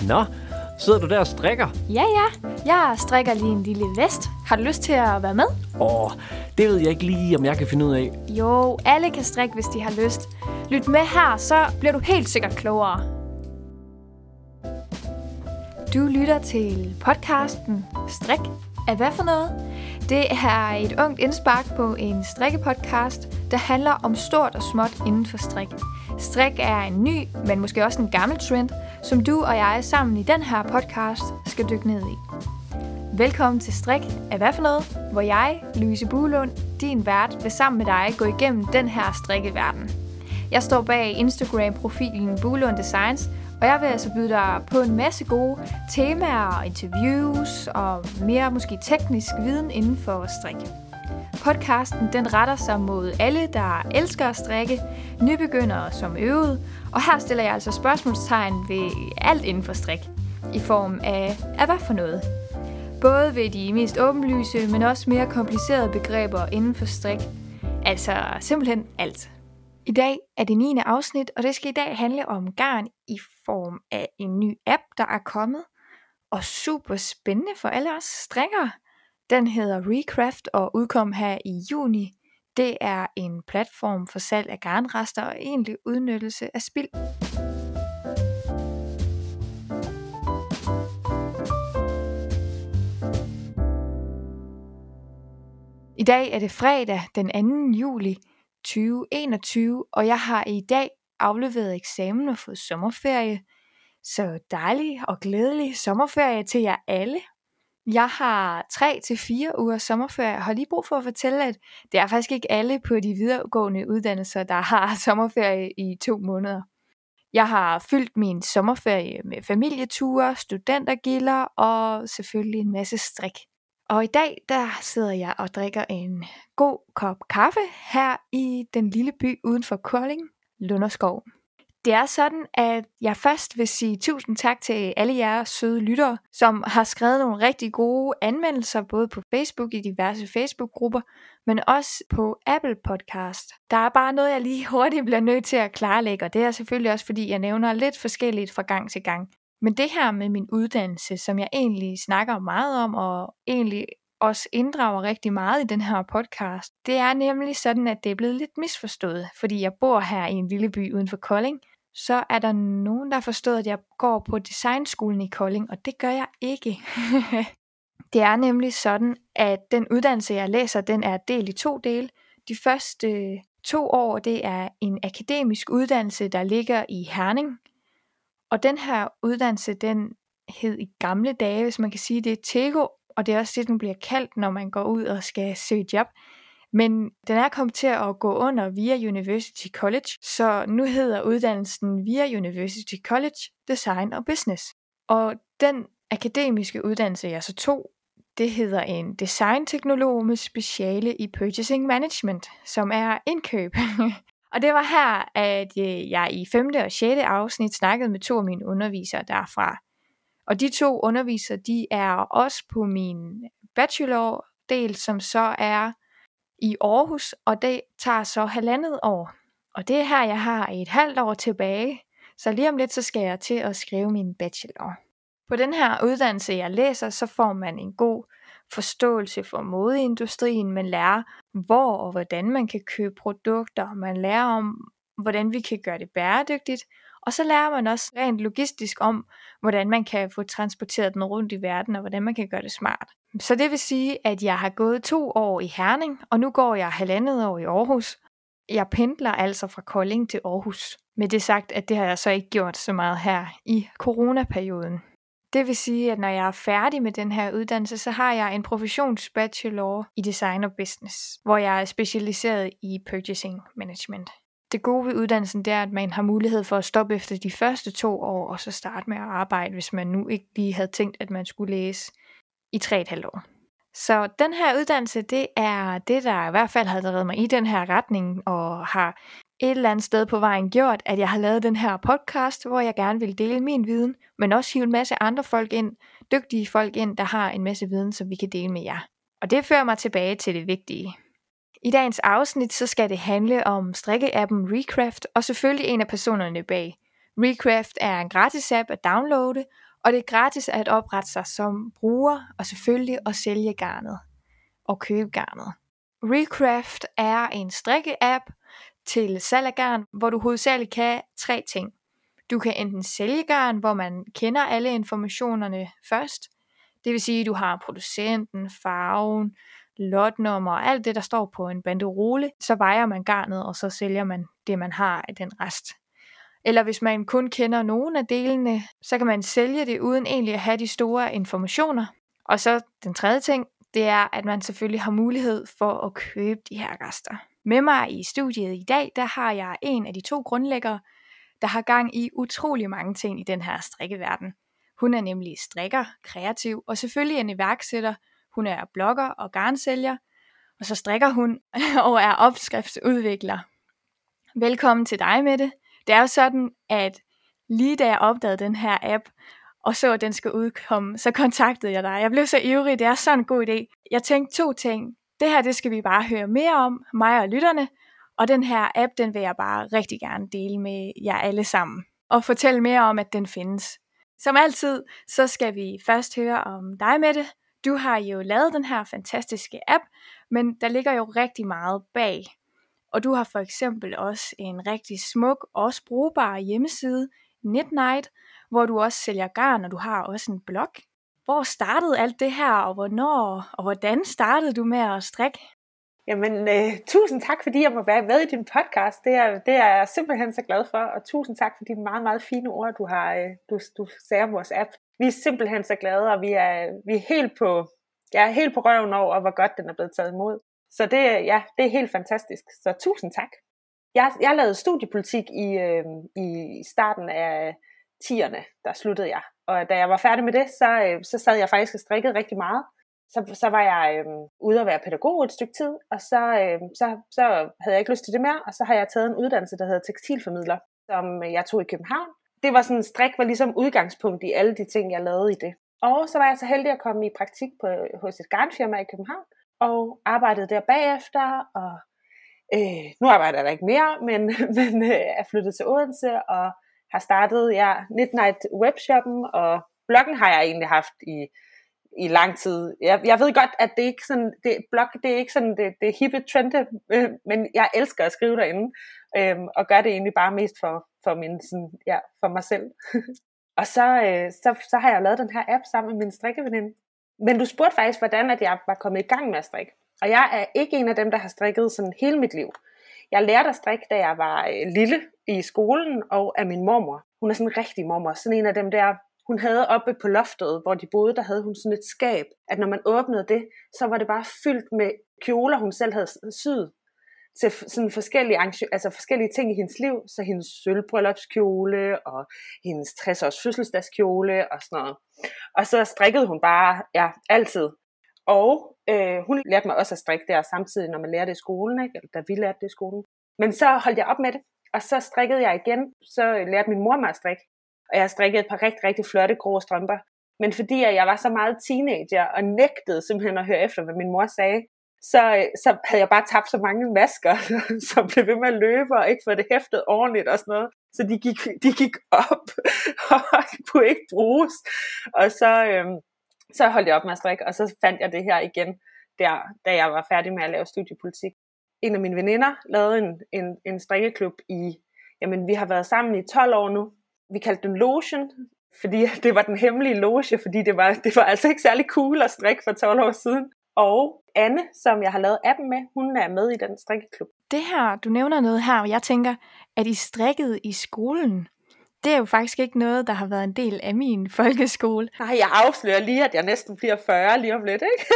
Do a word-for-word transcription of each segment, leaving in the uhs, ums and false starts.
Nå, sidder du der og strikker? Ja, ja. Jeg strikker lige en lille vest. Har du lyst til at være med? Åh, det ved jeg ikke lige, om jeg kan finde ud af. Jo, alle kan strikke, hvis de har lyst. Lyt med her, så bliver du helt sikkert klogere. Du lytter til podcasten Strik er hvad for noget? Det er et ungt indspark på en strikkepodcast, der handler om stort og småt inden for strik. Strik er en ny, men måske også en gammel trend, som du og jeg sammen i den her podcast skal dykke ned i. Velkommen til Strik er hvad for noget, hvor jeg, Louise Buelund, din vært, vil sammen med dig gå igennem den her strikkeverden. Jeg står bag Instagram-profilen Buelund Designs, og jeg vil altså byde dig på en masse gode temaer og interviews og mere måske teknisk viden inden for strik. Podcasten den retter sig mod alle, der elsker at strikke, nybegyndere som øvede, og her stiller jeg altså spørgsmålstegn ved alt inden for strik, i form af, af hvad for noget. Både ved de mest åbenlyse, men også mere komplicerede begreber inden for strik, altså simpelthen alt. I dag er det niende afsnit, og det skal i dag handle om garn i form af en ny app, der er kommet, og super spændende for alle os strikkere. Den hedder Recraft og udkom her i juni. Det er en platform for salg af garnrester og egentlig udnyttelse af spild. I dag er det fredag den anden juli tyve enogtyve, og jeg har i dag afleveret eksamen og fået sommerferie. Så dejlig og glædelig sommerferie til jer alle. Jeg har tre til fire uger sommerferie. Jeg har lige brug for at fortælle, at det er faktisk ikke alle på de videregående uddannelser, der har sommerferie i to måneder. Jeg har fyldt min sommerferie med familieture, studentergilder og selvfølgelig en masse strik. Og i dag, der sidder jeg og drikker en god kop kaffe her i den lille by uden for Kolding, Lunderskov. Det er sådan, at jeg først vil sige tusind tak til alle jer søde lyttere, som har skrevet nogle rigtig gode anmeldelser, både på Facebook i diverse Facebook-grupper, men også på Apple Podcast. Der er bare noget, jeg lige hurtigt bliver nødt til at klarlægge, og det er selvfølgelig også, fordi jeg nævner lidt forskelligt fra gang til gang. Men det her med min uddannelse, som jeg egentlig snakker meget om, og egentlig også inddrager rigtig meget i den her podcast, det er nemlig sådan, at det er blevet lidt misforstået, fordi jeg bor her i en lille by uden for Kolding. Så er der nogen, der har forstået, at jeg går på designskolen i Kolding, og det gør jeg ikke. Det er nemlig sådan, at den uddannelse, jeg læser, den er delt i to dele. De første to år, det er en akademisk uddannelse, der ligger i Herning. Og den her uddannelse, den hed i gamle dage, hvis man kan sige det, TEGO, og det er også det, den bliver kaldt, når man går ud og skal søge job. Men den er kommet til at gå under VIA University College, så nu hedder uddannelsen VIA University College Design og Business. Og den akademiske uddannelse, jeg så tog, det hedder en designteknolog med speciale i Purchasing Management, som er indkøb. Og det var her, at jeg i femte og sjette afsnit snakkede med to af mine undervisere derfra. Og de to undervisere, de er også på min bachelor-del, som så er i Aarhus, og det tager så halvandet år. Og det er her, jeg har et halvt år tilbage, så lige om lidt, så skal jeg til at skrive min bachelor. På den her uddannelse, jeg læser, så får man en god forståelse for modeindustrien. Man lærer, hvor og hvordan man kan købe produkter. Man lærer om, hvordan vi kan gøre det bæredygtigt. Og så lærer man også rent logistisk om, hvordan man kan få transporteret den rundt i verden, og hvordan man kan gøre det smart. Så det vil sige, at jeg har gået to år i Herning, og nu går jeg halvandet år i Aarhus. Jeg pendler altså fra Kolding til Aarhus. Med det sagt, at det har jeg så ikke gjort så meget her i coronaperioden. Det vil sige, at når jeg er færdig med den her uddannelse, så har jeg en professionsbachelor i design og business, hvor jeg er specialiseret i purchasing management. Det gode ved uddannelsen, det er, at man har mulighed for at stoppe efter de første to år, og så starte med at arbejde, hvis man nu ikke lige havde tænkt, at man skulle læse i tre et halvt år. Så den her uddannelse, det er det, der i hvert fald har drevet mig i den her retning, og har et eller andet sted på vejen gjort, at jeg har lavet den her podcast, hvor jeg gerne vil dele min viden, men også hive en masse andre folk ind, dygtige folk ind, der har en masse viden, som vi kan dele med jer. Og det fører mig tilbage til det vigtige. I dagens afsnit, så skal det handle om strikkeappen Recraft, og selvfølgelig en af personerne bag. Recraft er en gratis app at downloade, og det er gratis at oprette sig som bruger, og selvfølgelig at sælge garnet og købe garnet. Recraft er en strikke-app til salg af garn, hvor du hovedsageligt kan tre ting. Du kan enten sælge garn, hvor man kender alle informationerne først. Det vil sige, at du har producenten, farven, lotnummer og alt det, der står på en banderole. Så vejer man garnet, og så sælger man det, man har af den rest. Eller hvis man kun kender nogle af delene, så kan man sælge det uden egentlig at have de store informationer. Og så den tredje ting, det er, at man selvfølgelig har mulighed for at købe de her rester. Med mig i studiet i dag, der har jeg en af de to grundlæggere, der har gang i utrolig mange ting i den her strikkeverden. Hun er nemlig strikker, kreativ og selvfølgelig en iværksætter. Hun er blogger og garnsælger, og så strikker hun og er opskriftsudvikler. Velkommen til dig, Mette. Det er jo sådan, at lige da jeg opdagede den her app, og så at den skal udkomme, så kontaktede jeg dig. Jeg blev så ivrig, det er sådan en god idé. Jeg tænkte to ting. Det her, det skal vi bare høre mere om, mig og lytterne. Og den her app, den vil jeg bare rigtig gerne dele med jer alle sammen. Og fortælle mere om, at den findes. Som altid, så skal vi først høre om dig, Mette. Du har jo lavet den her fantastiske app, men der ligger jo rigtig meget bag. Og du har for eksempel også en rigtig smuk og også brugbar hjemmeside, Knit-Night, hvor du også sælger garn, og du har også en blog. Hvor startede alt det her, og hvornår, og hvordan startede du med at strikke? Jamen, øh, tusind tak, fordi jeg må være med i din podcast. Det er, det er jeg simpelthen så glad for, og tusind tak for de meget, meget fine ord, du har øh, du, du sagde om vores app. Vi er simpelthen så glade, og vi er, vi er helt på, jeg er helt på røven over, hvor godt den er blevet taget imod. Så det, ja, det er helt fantastisk. Så tusind tak. Jeg, jeg lavede studiepolitik i, øh, i starten af tierne, der sluttede jeg. Og da jeg var færdig med det, så, øh, så sad jeg faktisk og strikkede rigtig meget. Så, så var jeg øh, ude at være pædagog et stykke tid, og så, øh, så, så havde jeg ikke lyst til det mere, og så har jeg taget en uddannelse, der hedder tekstilformidler, som jeg tog i København. Det var sådan, strik var ligesom udgangspunkt i alle de ting, jeg lavede i det. Og så var jeg så heldig at komme i praktik på, hos et garnfirma i København, og arbejdede der bagefter, og øh, nu arbejder jeg der ikke mere, men, men øh, er flyttet til Odense, og har startet ja, Knit-Night webshoppen, og bloggen har jeg egentlig haft i i lang tid. Jeg, jeg ved godt, at det ikke sådan, det blog, det er ikke sådan det, det hippe trende, øh, men jeg elsker at skrive derinde, øh, og gør det egentlig bare mest for for min sådan, ja, for mig selv. Og så, øh, så så har jeg lavet den her app sammen med min strikkeveninde. Men du spurgte faktisk, hvordan at jeg var kommet i gang med at strikke. Og jeg er ikke en af dem, der har strikket sådan hele mit liv. Jeg lærte at strikke, da jeg var øh, lille i skolen, og af min mormor. Hun er sådan en rigtig mormor, sådan en af dem der. Hun havde oppe på loftet, hvor de boede, der havde hun sådan et skab, at når man åbnede det, så var det bare fyldt med kjoler, hun selv havde syet til sådan forskellige, altså forskellige ting i hendes liv. Så hendes sølvbryllupskjole og hendes tres års fødselsdagskjole og sådan noget. Og så strikkede hun bare, ja, altid. Og øh, hun lærte mig også at strikke der samtidig, når man lærte det i skolen, ikke? Eller da vi lærte det i skolen. Men så holdt jeg op med det, og så strikkede jeg igen. Så lærte min mor mig at strikke. Og jeg strikkede et par rigtig, rigtig flotte grå strømper. Men fordi jeg var så meget teenager og nægtede simpelthen at høre efter, hvad min mor sagde, så, så havde jeg bare tabt så mange masker, som blev ved med at løbe og ikke få det hæftet ordentligt og sådan noget. Så de gik, de gik op og kunne ikke bruges. Og så, øhm, så holdt jeg op med at strikke, og så fandt jeg det her igen, der, da jeg var færdig med at lave studiepolitik. En af mine veninder lavede en, en, en strikkeklub i, jamen vi har været sammen i tolv år nu. Vi kaldte den Logen, fordi det var den hemmelige loge, fordi det var, det var altså ikke særlig cool at strikke for tolv år siden. Og Anne, som jeg har lavet appen med, hun er med i den strikkeklub. Det her, du nævner noget her, og jeg tænker, at I strikkede i skolen. Det er jo faktisk ikke noget, der har været en del af min folkeskole. Nej, jeg afslører lige, at jeg næsten bliver fyrre lige om lidt, ikke?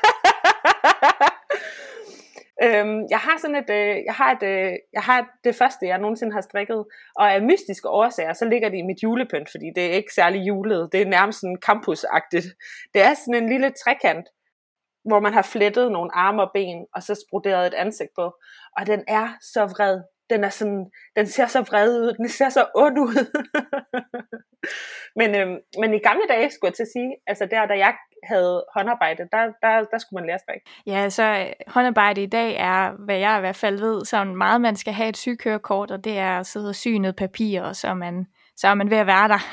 Øhm, jeg har sådan et, øh, jeg har et, øh, jeg har det første, jeg nogensinde har strikket, og af mystiske årsager, så ligger det i mit julepynt, fordi det er ikke særlig julet. Det er nærmest sådan campusagtigt. Det er sådan en lille trekant, hvor man har flettet nogle arme og ben, og så broderet et ansigt på. Og den er så vred. Den er sådan, den ser så vred ud. Den ser så ond ud. men, øhm, men i gamle dage, skulle jeg til at sige, altså der, da jeg havde håndarbejde, der, der, der skulle man lære at strikke. Ja, så håndarbejde i dag er, hvad jeg i hvert fald ved, sådan meget man skal have et sygekørekort, og det er at sidde og sy noget papir, så man så er man ved at være der.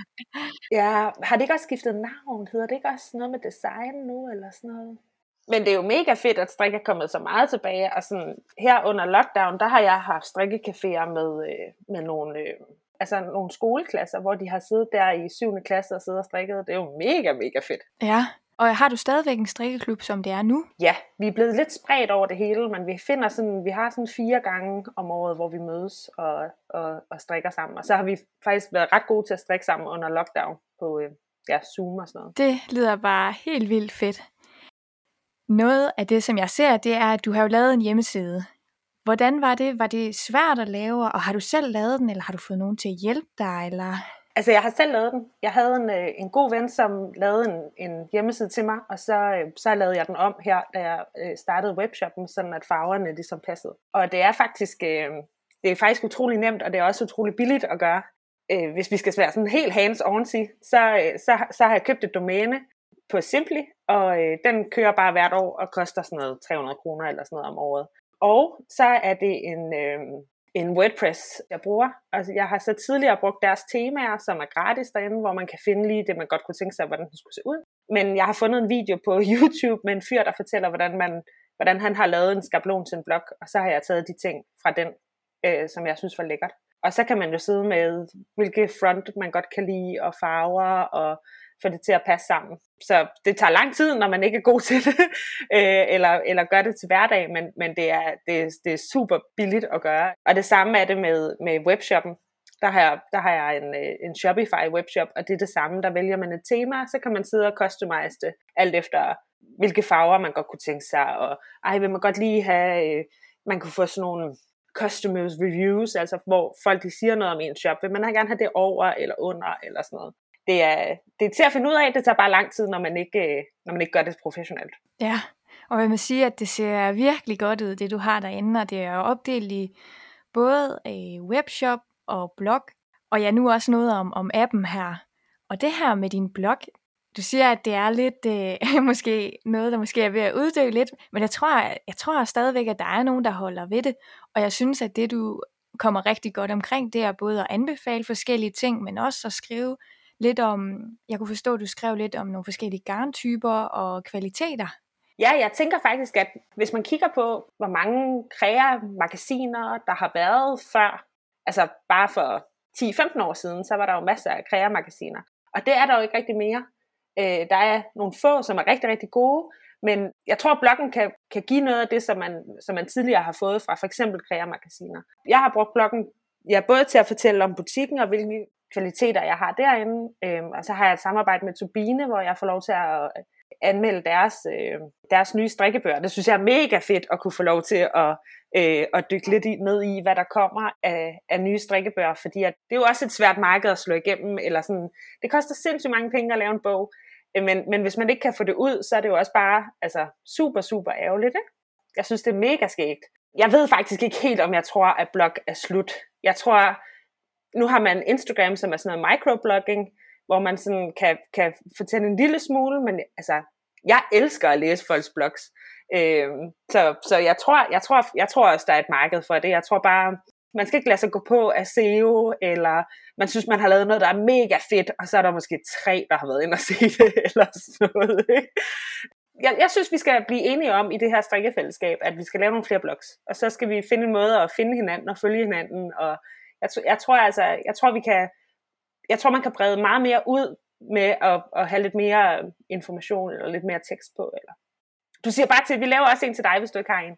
Ja, har det ikke også skiftet navn? Hedder det ikke også noget med design nu, eller sådan noget? Men det er jo mega fedt, at strik er kommet så meget tilbage, og sådan, her under lockdown, der har jeg haft strikkecaféer med, øh, med nogle, øh, altså nogle skoleklasser, hvor de har siddet der i syvende klasse og siddet og strikket. Det er jo mega, mega fedt. Ja, og har du stadigvæk en strikkeklub, som det er nu? Ja, vi er blevet lidt spredt over det hele, men vi finder sådan, vi har sådan fire gange om året, hvor vi mødes og, og, og strikker sammen. Og så har vi faktisk været ret gode til at strikke sammen under lockdown på øh, ja, Zoom og sådan noget. Det lyder bare helt vildt fedt. Noget af det, som jeg ser, det er, at du har jo lavet en hjemmeside. Hvordan var det? Var det svært at lave, og har du selv lavet den, eller har du fået nogen til at hjælpe dig? Eller? Altså, jeg har selv lavet den. Jeg havde en, en god ven, som lavede en, en hjemmeside til mig, og så, så lavede jeg den om her, da jeg startede webshoppen, sådan at farverne ligesom passede. Og det er faktisk, det er faktisk utrolig nemt, og det er også utrolig billigt at gøre. Hvis vi skal være sådan helt hands-on, så, så, så har jeg købt et domæne på Simply, og øh, den kører bare hvert år og koster sådan noget tre hundrede kroner eller sådan noget om året. Og så er det en, øh, en WordPress, jeg bruger. Altså, jeg har så tidligere brugt deres temaer, som er gratis derinde, hvor man kan finde lige det, man godt kunne tænke sig, hvordan den skulle se ud. Men jeg har fundet en video på YouTube med en fyr, der fortæller, hvordan, man, hvordan han har lavet en skabelon til en blog, og så har jeg taget de ting fra den, øh, som jeg synes var lækkert. Og så kan man jo sidde med, hvilke front man godt kan lide, og farver, og få det til at passe sammen. Så det tager lang tid, når man ikke er god til det, eller, eller gør det til hverdag, men, men det, er, det, er, det er super billigt at gøre. Og det samme er det med, med webshoppen. Der har jeg, der har jeg en, en Shopify webshop, og det er det samme. Der vælger man et tema, så kan man sidde og customize det, alt efter hvilke farver man godt kunne tænke sig. Og ej, vil man godt lige have, man kunne få sådan nogle customers reviews, altså hvor folk de siger noget om en shop. Vil man gerne have det over eller under, eller sådan noget. Det er, det er til at finde ud af, det tager bare lang tid, når man ikke, når man ikke gør det professionelt. Ja, og jeg må sige, at det ser virkelig godt ud, det du har derinde, og det er opdelt i både øh, webshop og blog, og ja, nu også noget om, om appen her. Og det her med din blog, du siger, at det er lidt, øh, måske noget, der måske er ved at uddø lidt, men jeg tror, jeg tror stadigvæk, at der er nogen, der holder ved det, og jeg synes, at det du kommer rigtig godt omkring, det er både at anbefale forskellige ting, men også at skrive lidt om, jeg kunne forstå, at du skrev lidt om nogle forskellige garntyper og kvaliteter. Ja, jeg tænker faktisk, at hvis man kigger på, hvor mange kreator-magasiner, der har været før, altså bare for ti til femten år siden, så var der jo masser af kreator-magasiner. Og det er der jo ikke rigtig mere. Øh, der er nogle få, som er rigtig, rigtig gode, men jeg tror, at bloggen kan, kan give noget af det, som man, som man tidligere har fået fra for eksempel kreator-magasiner. Jeg har brugt bloggen ja, både til at fortælle om butikken og hvilke kvaliteter, jeg har derinde. Øhm, og så har jeg et samarbejde med Turbine, hvor jeg får lov til at anmelde deres, øh, deres nye strikkebøger. Det synes jeg er mega fedt at kunne få lov til at, øh, at dykke lidt i, ned i, hvad der kommer af, af nye strikkebøger, fordi at det er jo også et svært marked at slå igennem, eller sådan, det koster sindssygt mange penge at lave en bog, men, men hvis man ikke kan få det ud, så er det jo også bare altså, super, super ærgerligt. Ikke? Jeg synes, det er mega skægt. Jeg ved faktisk ikke helt, om jeg tror, at blog er slut. Jeg tror, nu har man Instagram, som er sådan noget microblogging, hvor man sådan kan, kan fortælle en lille smule, men altså, jeg elsker at læse folks blogs. Øhm, så så jeg, tror, jeg, tror, jeg tror også, der er et marked for det. Jeg tror bare, man skal ikke lade sig gå på af S E O, eller man synes, man har lavet noget, der er mega fedt, og så er der måske tre, der har været inde og se det, eller sådan noget. Ikke? Jeg, jeg synes, vi skal blive enige om i det her strikkefællesskab, at vi skal lave nogle flere blogs, og så skal vi finde en måde at finde hinanden og følge hinanden, og jeg, jeg tror altså, jeg tror, vi kan Jeg tror, man kan brede meget mere ud med at, at have lidt mere information eller lidt mere tekst på. Eller. Du siger bare til, at vi laver også en til dig, hvis du ikke har en.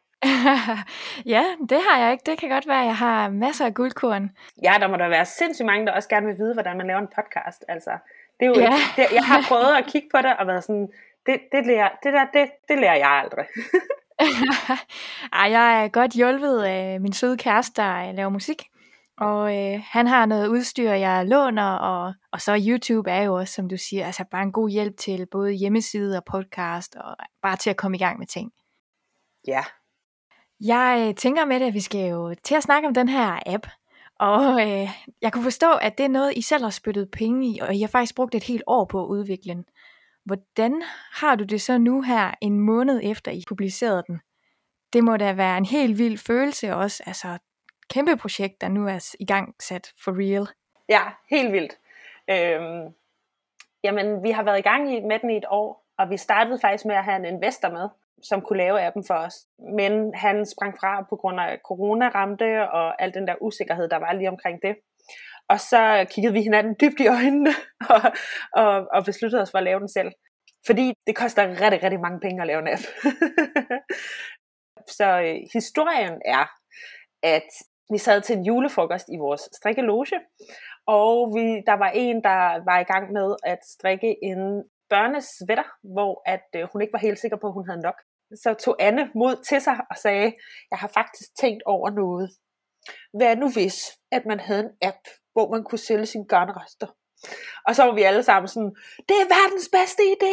Ja, det har jeg ikke. Det kan godt være, at jeg har masser af guldkorn. Ja, der må der være sindssygt mange, der også gerne vil vide, hvordan man laver en podcast. Altså, det er jo ja. det, jeg har prøvet at kigge på det og været sådan, det, det, lærer, det der, det, det lærer jeg aldrig. Ej, jeg er godt hjulpet af min søde kæreste, der laver musik. Og øh, han har noget udstyr, jeg låner, og, og så YouTube er jo også, som du siger, altså bare en god hjælp til både hjemmeside og podcast, og bare til at komme i gang med ting. Ja. Jeg tænker med det, at vi skal jo til at snakke om den her app, og øh, jeg kunne forstå, at det er noget, I selv har spyttet penge i, og I har faktisk brugt et helt år på at udvikle den. Hvordan har du det så nu her, en måned efter I publicerede den? Det må da være en helt vild følelse også, altså kæmpe projekt, der nu er i gang sat for real. Ja, helt vildt. Øhm, jamen, vi har været i gang i, med den i et år, og vi startede faktisk med at have en investor med, som kunne lave appen for os. Men han sprang fra på grund af corona-ramte og al den der usikkerhed, der var lige omkring det. Og så kiggede vi hinanden dybt i øjnene og, og, og besluttede os for at lave den selv. Fordi det koster rigtig, rigtig mange penge at lave en app. Så øh, historien er, at vi sad til en julefrokost i vores strikkeloge, og vi, der var en, der var i gang med at strikke en børnesvætter, hvor at, øh, hun ikke var helt sikker på, at hun havde nok. Så tog Anne mod til sig og sagde, jeg har faktisk tænkt over noget. Hvad nu hvis, at man havde en app, hvor man kunne sælge sine garnrester? Og så var vi alle sammen sådan, det er verdens bedste idé!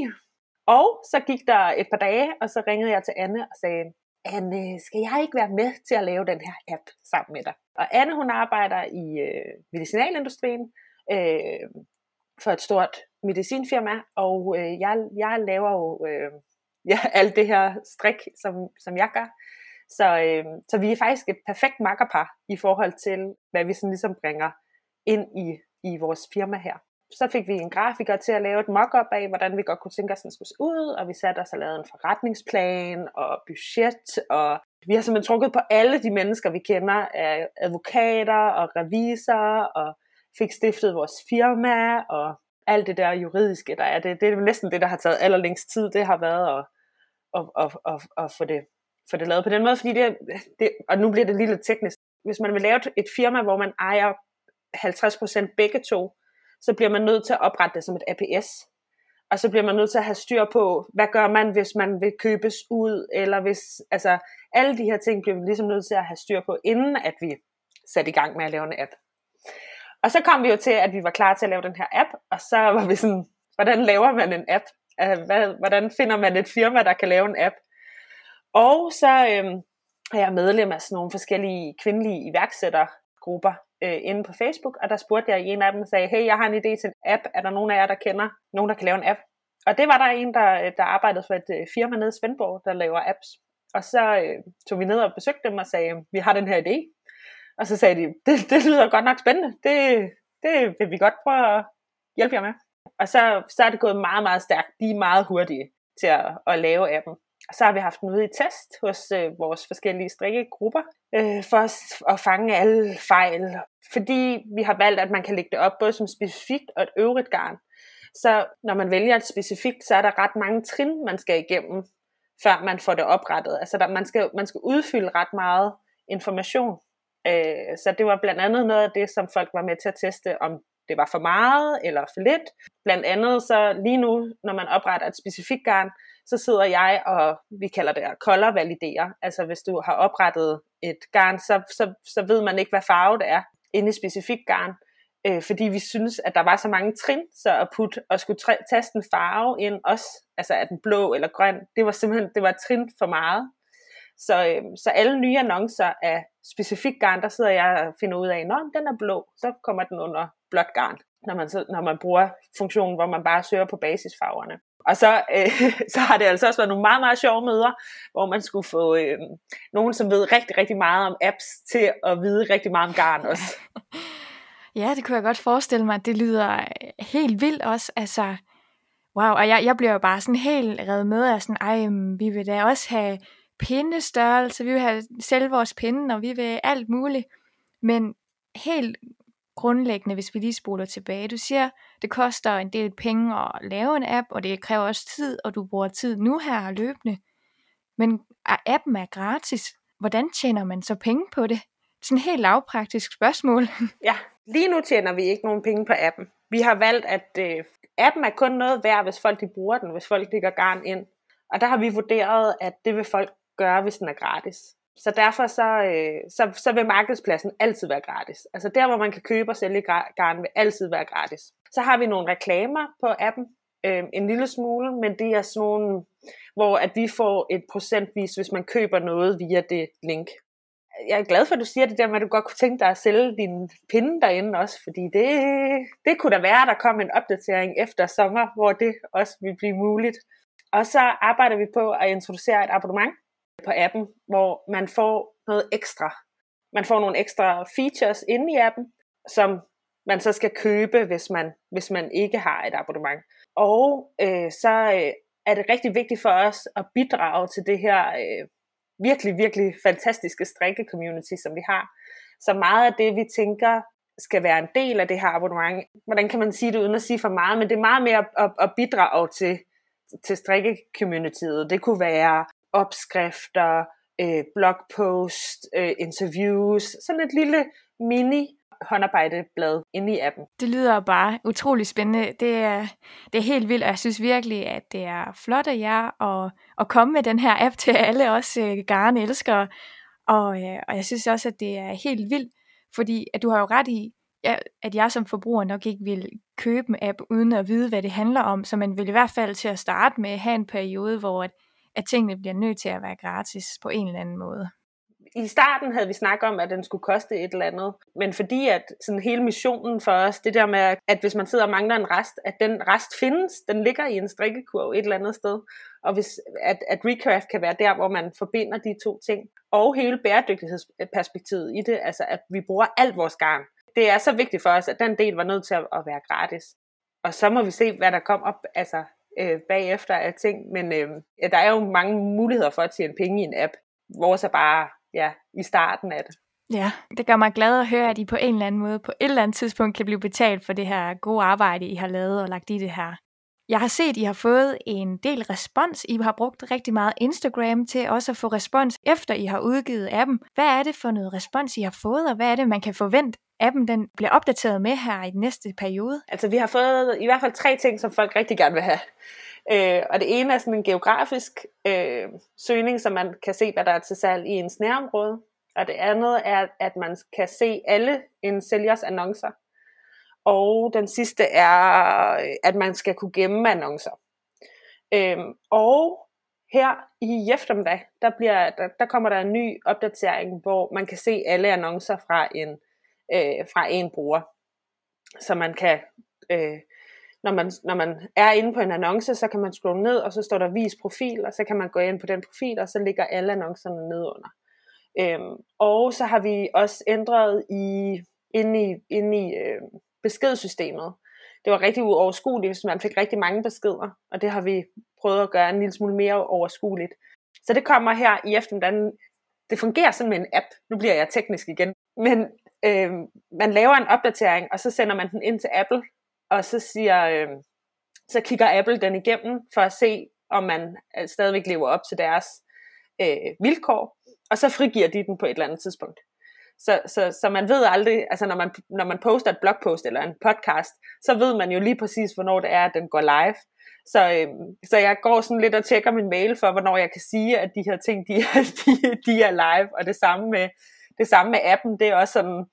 Og så gik der et par dage, og så ringede jeg til Anne og sagde, Anne, skal jeg ikke være med til at lave den her app sammen med dig? Og Anne, hun arbejder i øh, medicinalindustrien øh, for et stort medicinfirma, og øh, jeg, jeg laver jo øh, ja, alt det her strik, som, som jeg gør. Så, øh, så vi er faktisk et perfekt makkerpar i forhold til, hvad vi sådan ligesom bringer ind i, i vores firma her. Så fik vi en grafiker til at lave et mock-up af, hvordan vi godt kunne tænke os, at den skulle se ud, og vi satte os og lavede en forretningsplan og budget, og vi har simpelthen trukket på alle de mennesker, vi kender, af advokater og revisorer, og fik stiftet vores firma, og alt det der juridiske, der er. Det, det er næsten det, der har taget allerlængst tid, det har været at, at, at, at, at få, det, få det lavet på den måde, fordi det, det, og nu bliver det lige lidt teknisk. Hvis man vil lave et firma, hvor man ejer halvtreds procent begge to, så bliver man nødt til at oprette det som et A P S. Og så bliver man nødt til at have styr på, hvad gør man, hvis man vil købes ud, eller hvis, altså, alle de her ting bliver vi ligesom nødt til at have styr på, inden at vi satte i gang med at lave en app. Og så kom vi jo til, at vi var klar til at lave den her app, og så var vi sådan, hvordan laver man en app? Hvordan finder man et firma, der kan lave en app? Og så øhm, er jeg medlem af sådan nogle forskellige kvindelige iværksættergrupper, øh, inde på Facebook, og der spurgte jeg i en af dem og sagde, hey, jeg har en idé til en app, er der nogen af jer, der kender nogen, der kan lave en app? Og det var der en, der, der arbejdede for et øh, firma nede i Svendborg, der laver apps. Og så øh, tog vi ned og besøgte dem og sagde, vi har den her idé. Og så sagde de, det, det lyder godt nok spændende, det, det vil vi godt prøve at hjælpe jer med. Og så, så er det gået meget, meget stærkt, de er meget hurtige til at, at lave appen. Og så har vi haft den ude i test hos øh, vores forskellige strikkegrupper, øh, for at, at fange alle fejl. Fordi vi har valgt, at man kan lægge det op både som specifikt og et øvrigt garn. Så når man vælger et specifikt, så er der ret mange trin, man skal igennem, før man får det oprettet. Altså der, man, skal, man skal udfylde ret meget information. Øh, så det var blandt andet noget af det, som folk var med til at teste, om det var for meget eller for lidt. Blandt andet så lige nu, når man opretter et specifikt garn, så sidder jeg og, vi kalder det her, color validere. Altså hvis du har oprettet et garn, så, så, så ved man ikke, hvad farve det er inde i specifikt garn. Øh, fordi vi synes, at der var så mange trin, så at putte og skulle træ- taste en farve ind også, altså er den blå eller grøn, det var simpelthen, det var et trin for meget. Så, øh, så alle nye annoncer af specifikt garn, der sidder jeg og finder ud af, når den er blå, så kommer den under blåt garn, når man, så, når man bruger funktionen, hvor man bare søger på basisfarverne. Og så, øh, så har det altså også været nogle meget, meget sjove møder, hvor man skulle få øh, nogen, som ved rigtig, rigtig meget om apps, til at vide rigtig meget om garn også. Ja, det kunne jeg godt forestille mig. Det lyder helt vildt også. Altså, wow, og jeg, jeg bliver jo bare sådan helt revet med af sådan, ej, vi vil da også have pindestørrelse, vi vil have selv vores pinde, og vi vil alt muligt. Men helt grundlæggende, hvis vi lige spoler tilbage, du siger, det koster en del penge at lave en app, og det kræver også tid, og du bruger tid nu her løbende. Men appen er gratis. Hvordan tjener man så penge på det? Sådan et helt lavpraktisk spørgsmål. Ja, lige nu tjener vi ikke nogen penge på appen. Vi har valgt, at øh, appen er kun noget værd, hvis folk de bruger den, hvis folk lægger garn ind. Og der har vi vurderet, at det vil folk gøre, hvis den er gratis. Så derfor så, øh, så, så vil markedspladsen altid være gratis. Altså der, hvor man kan købe og sælge garn, vil altid være gratis. Så har vi nogle reklamer på appen, øh, en lille smule, men det er sådan nogle, hvor at vi får et procentvis, hvis man køber noget via det link. Jeg er glad for, at du siger det der med, at du godt kunne tænke dig at sælge dine pinde derinde også, fordi det, det kunne da være, at der kom en opdatering efter sommer, hvor det også vil blive muligt. Og så arbejder vi på at introducere et abonnement på appen, hvor man får noget ekstra. Man får nogle ekstra features inde i appen, som man så skal købe, hvis man, hvis man ikke har et abonnement. Og øh, så øh, er det rigtig vigtigt for os at bidrage til det her øh, virkelig, virkelig fantastiske strikke-community, som vi har. Så meget af det, vi tænker, skal være en del af det her abonnement. Hvordan kan man sige det uden at sige for meget, men det er meget mere at, at bidrage til, til strikke-communityet. Det kunne være opskrifter, øh, blogpost, øh, interviews, sådan et lille mini håndarbejdeblad inde i appen. Det lyder bare utrolig spændende. Det er, det er helt vildt, og jeg synes virkelig, at det er flot af jer at, at komme med den her app til alle os øh, garn-elskere. Og, øh, og jeg synes også, at det er helt vildt, fordi at du har jo ret i, at jeg som forbruger nok ikke vil købe en app, uden at vide, hvad det handler om. Så man vil i hvert fald til at starte med have en periode, hvor at, at tingene bliver nødt til at være gratis på en eller anden måde. I starten havde vi snakket om, at den skulle koste et eller andet, men fordi at sådan hele missionen for os, det der med, at hvis man sidder og mangler en rest, at den rest findes, den ligger i en strikkekurv et eller andet sted, og hvis, at, at Recraft kan være der, hvor man forbinder de to ting, og hele bæredygtighedsperspektivet i det, altså at vi bruger alt vores garn. Det er så vigtigt for os, at den del var nødt til at, at være gratis. Og så må vi se, hvad der kommer op altså, øh, bagefter af ting, men øh, der er jo mange muligheder for at tjene penge i en app. Vores er bare ja, i starten af det. Ja, det gør mig glad at høre, at I på en eller anden måde, på et eller andet tidspunkt, kan blive betalt for det her gode arbejde, I har lavet og lagt i det her. Jeg har set, at I har fået en del respons. I har brugt rigtig meget Instagram til også at få respons, efter I har udgivet appen. Hvad er det for noget respons, I har fået, og hvad er det, man kan forvente, appen den bliver opdateret med her i den næste periode? Altså, vi har fået i hvert fald tre ting, som folk rigtig gerne vil have. Øh, og det ene er sådan en geografisk øh, søgning, så man kan se, hvad der er til salg i ens nærområde. Og det andet er, at man kan se alle en sælgers annoncer. Og den sidste er, at man skal kunne gemme annoncer. Øh, og her i eftermiddag, der, bliver, der, der kommer der en ny opdatering, hvor man kan se alle annoncer fra en, øh, fra en bruger. Så man kan... Øh, Når man, når man er inde på en annonce, så kan man scrolle ned, og så står der vis profil, og så kan man gå ind på den profil, og så ligger alle annoncerne nedunder. Øhm, og så har vi også ændret i, inde i, inde i øh, beskedsystemet. Det var rigtig uoverskueligt, hvis man fik rigtig mange beskeder, og det har vi prøvet at gøre en lille smule mere overskueligt. Så det kommer her i eftermiddagen. Det fungerer sådan med en app. Nu bliver jeg teknisk igen. Men øh, man laver en opdatering, og så sender man den ind til Apple, og så siger, øh, så kigger Apple den igennem for at se, om man stadigvæk lever op til deres øh, vilkår, og så frigiver de den på et eller andet tidspunkt. Så, så, så man ved aldrig, altså når man, når man poster et blogpost eller en podcast, så ved man jo lige præcis, hvornår det er, at den går live. Så, øh, så jeg går sådan lidt og tjekker min mail for, hvornår jeg kan sige, at de her ting, de er, de, de er live, og det samme med, det samme med appen, det er også sådan,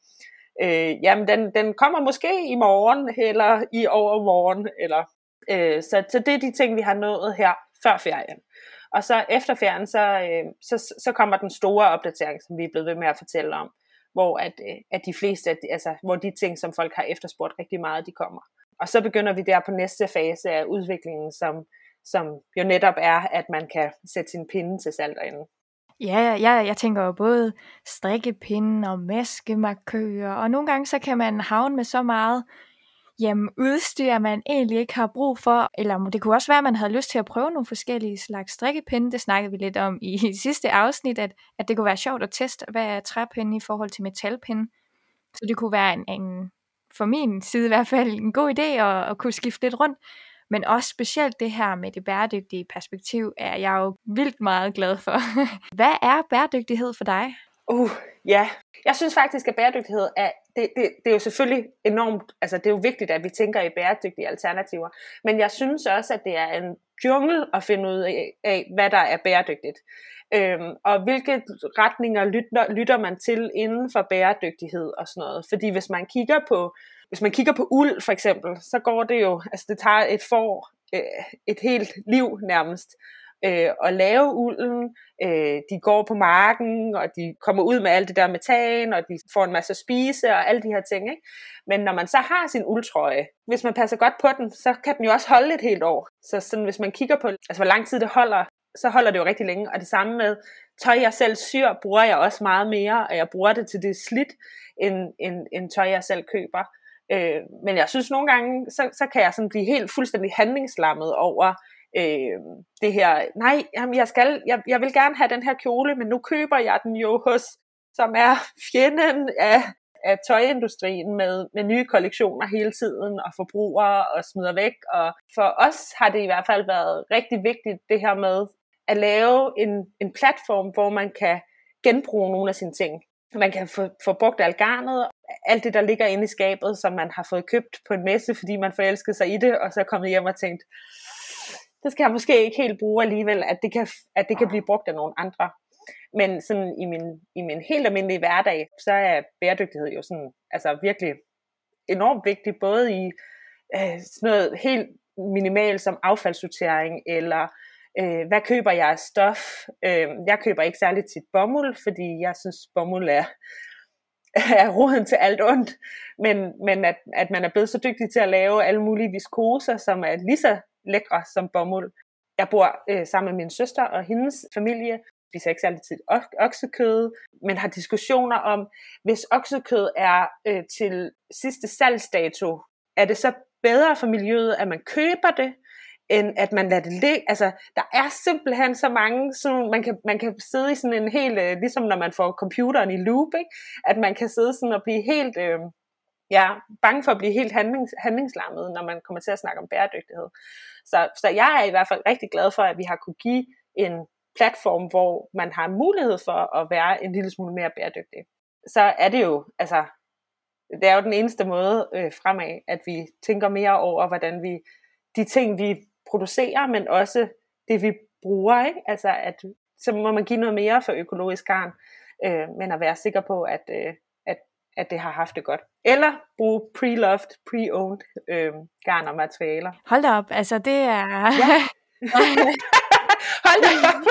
Øh, jamen den, den kommer måske i morgen eller i overmorgen eller, øh, så, så det er de ting vi har nået her før ferien, og så efter ferien så, øh, så, så kommer den store opdatering, som vi er blevet ved med at fortælle om, hvor at, øh, at de fleste altså, hvor de ting som folk har efterspurgt rigtig meget, de kommer, og så begynder vi der på næste fase af udviklingen, som, som jo netop er, at man kan sætte sin pinde til salg derinde. Ja, jeg, jeg tænker jo både strikkepinde og maskemarkører, og nogle gange så kan man havne med så meget jamen, udstyr, man egentlig ikke har brug for, eller det kunne også være, at man havde lyst til at prøve nogle forskellige slags strikkepinde. Det snakkede vi lidt om i sidste afsnit, at, at det kunne være sjovt at teste, hvad er træpinde i forhold til metalpinde. Så det kunne være en, en for min side i hvert fald en god idé at, at kunne skifte lidt rundt. Men også specielt det her med det bæredygtige perspektiv, er jeg jo vildt meget glad for. Hvad er bæredygtighed for dig? Uh, ja, jeg synes faktisk, at bæredygtighed er, det, det, det er jo selvfølgelig enormt, altså det er jo vigtigt, at vi tænker i bæredygtige alternativer. Men jeg synes også, at det er en jungle at finde ud af, af hvad der er bæredygtigt. Øhm, og hvilke retninger lytter, lytter man til inden for bæredygtighed og sådan noget. Fordi hvis man kigger på Hvis man kigger på uld for eksempel, så går det jo, altså det tager et får, øh, et helt liv nærmest, øh, at lave ulden. Øh, de går på marken, og de kommer ud med alt det der metan, og de får en masse at spise, og alle de her ting, ikke? Men når man så har sin uldtrøje, hvis man passer godt på den, så kan den jo også holde et helt år. Så sådan, hvis man kigger på, altså hvor lang tid det holder, så holder det jo rigtig længe. Og det samme med tøj, jeg selv syr, bruger jeg også meget mere, og jeg bruger det til det slidt, end, end, end tøj, jeg selv køber. Øh, men jeg synes nogle gange, så, så kan jeg sådan blive helt fuldstændig handlingslammet over øh, det her, nej, jamen jeg, skal, jeg, jeg vil gerne have den her kjole, men nu køber jeg den jo hos, som er fjenden af, af tøjindustrien med, med nye kollektioner hele tiden, og forbrugere og smider væk. Og for os har det i hvert fald været rigtig vigtigt, det her med at lave en, en platform, hvor man kan genbruge nogle af sine ting. Man kan få, få brugt alt garnet, alt det, der ligger inde i skabet, som man har fået købt på en messe, fordi man forelskede sig i det, og så er kommet hjem og tænkt, det skal jeg måske ikke helt bruge alligevel, at det kan, at det kan blive brugt af nogle andre. Men sådan i min, i min helt almindelige hverdag, så er bæredygtighed jo sådan, altså virkelig enormt vigtig, både i øh, sådan noget helt minimalt som affaldssortering, eller øh, hvad køber jeg af stof. Øh, jeg køber ikke særligt tit bomuld, fordi jeg synes, bomuld er, er roden til alt ondt. Men, men at, at man er blevet så dygtig til at lave alle mulige viskoser, som er lige så lækre som bomuld. Jeg bor øh, sammen med min søster og hendes familie, spiser ikke særlig tit oksekød, men har diskussioner om, hvis oksekød er øh, til sidste salgsdato, er det så bedre for miljøet, at man køber det, end at man lader det ligge. Altså, der er simpelthen så mange, sådan, man, kan, man kan sidde i sådan en helt, øh, ligesom når man får computeren i loop, ikke? At man kan sidde sådan og blive helt, øh, ja, bange for at blive helt handlings, handlingslammet, når man kommer til at snakke om bæredygtighed. Så, så jeg er i hvert fald rigtig glad for, at vi har kunne give en platform, hvor man har mulighed for at være en lille smule mere bæredygtig. Så er det jo, altså, det er jo den eneste måde øh, fremad, at vi tænker mere over, hvordan vi, de ting vi producerer, men også det vi bruger, ikke? Altså, at så må man give noget mere for økologisk garn, øh, men at være sikker på, at, øh, at, at det har haft det godt. Eller bruge pre-loved, pre-owned øh, garn og materialer. Hold da op, altså det er... Ja. Hold da op.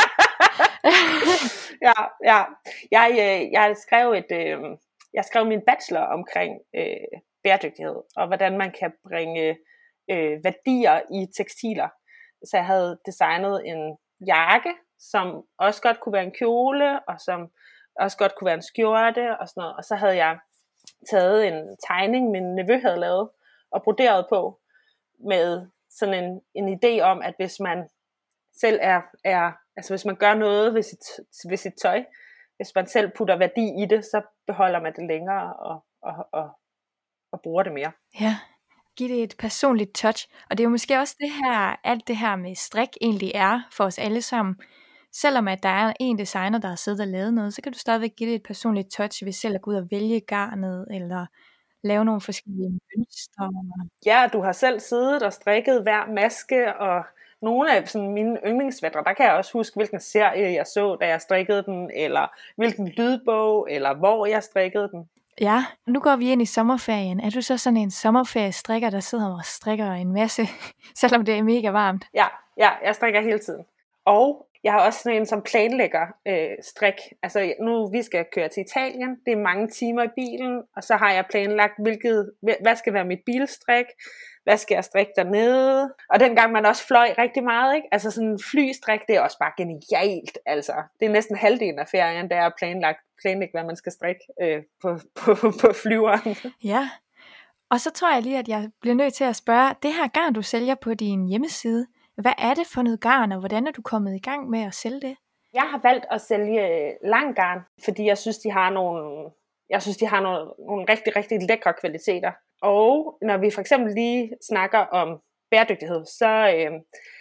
ja, ja. Jeg, jeg skrev et, øh, jeg skrev min bachelor omkring øh, bæredygtighed og hvordan man kan bringe øh, værdier i tekstiler. Så jeg havde designet en jakke, som også godt kunne være en kjole, og som også godt kunne være en skjorte og sådan noget. Og så havde jeg taget en tegning, min nevø havde lavet og broderet på med sådan en, en idé om, at hvis man selv er, er altså hvis man gør noget ved sit, ved sit tøj, hvis man selv putter værdi i det, så beholder man det længere og, og, og, og bruger det mere. Ja, giv det et personligt touch. Og det er jo måske også det her, alt det her med strik egentlig er for os alle sammen. Selvom at der er en designer, der har siddet og lavet noget, så kan du stadigvæk give det et personligt touch ved selv at gå ud og vælge garnet, eller lave nogle forskellige mønstre. Ja, du har selv siddet og strikket hver maske, og nogle af sådan, mine yndlingsvætter, der kan jeg også huske, hvilken serie jeg så, da jeg strikkede den, eller hvilken lydbog, eller hvor jeg strikkede den. Ja, nu går vi ind i sommerferien. Er du så sådan en sommerferiestrikker, der sidder og strikker en masse, selvom det er mega varmt? Ja, ja, jeg strikker hele tiden. Og jeg har også sådan en, som planlægger øh, strik. Altså nu, vi skal køre til Italien, det er mange timer i bilen, og så har jeg planlagt, hvilket, hvad skal være mit bilstrik, hvad skal jeg strikke dernede, og dengang man også fløj rigtig meget, ikke? Altså sådan en flystrik, det er også bare genialt, altså. Det er næsten halvdelen af ferien, der er planlagt, planlægge, hvad man skal strikke øh, på, på, på flyveren. Ja, og så tror jeg lige, at jeg bliver nødt til at spørge, det her garn, du sælger på din hjemmeside, hvad er det for noget garn, og hvordan er du kommet i gang med at sælge det? Jeg har valgt at sælge lang garn, fordi jeg synes, de har nogle, jeg synes, de har nogle, nogle rigtig, rigtig lækre kvaliteter. Og når vi for eksempel lige snakker om bæredygtighed, så, øh,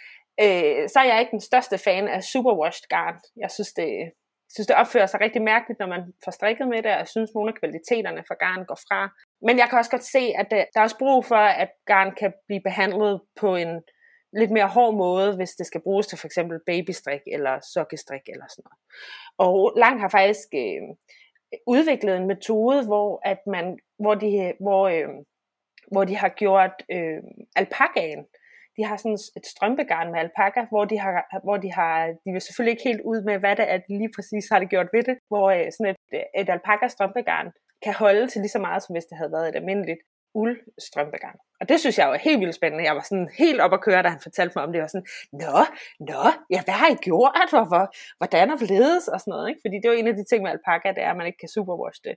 øh, så er jeg ikke den største fan af superwashed garn. Jeg synes, det, jeg synes, det opfører sig rigtig mærkeligt, når man får strikket med det, og jeg synes, nogle af kvaliteterne for garn går fra. Men jeg kan også godt se, at der er også brug for, at garn kan blive behandlet på en lidt mere hård måde, hvis det skal bruges til for eksempel babystrik eller sokkestrik eller sådan noget. Og Lang har faktisk øh, udviklet en metode, hvor at man, hvor de, hvor, øh, hvor de har gjort øh, alpakaen. De har sådan et strømpegarn med alpaka, hvor de har, hvor de har, de vil selvfølgelig ikke helt ud med, hvad det er, de lige præcis har det gjort ved det, hvor øh, sådan et, et alpaka strømpegarn kan holde til lige så meget, som hvis det havde været et almindeligt uldstrømpegarn. Og det synes jeg var helt vildt spændende. Jeg var sådan helt op at køre, da han fortalte mig om det. Jeg var sådan, nå, nå, ja, hvad har I gjort? Hvorfor, hvordan er det ledes? Og sådan noget, ikke? Fordi det er jo en af de ting med alpaka, det er, at man ikke kan superwash det.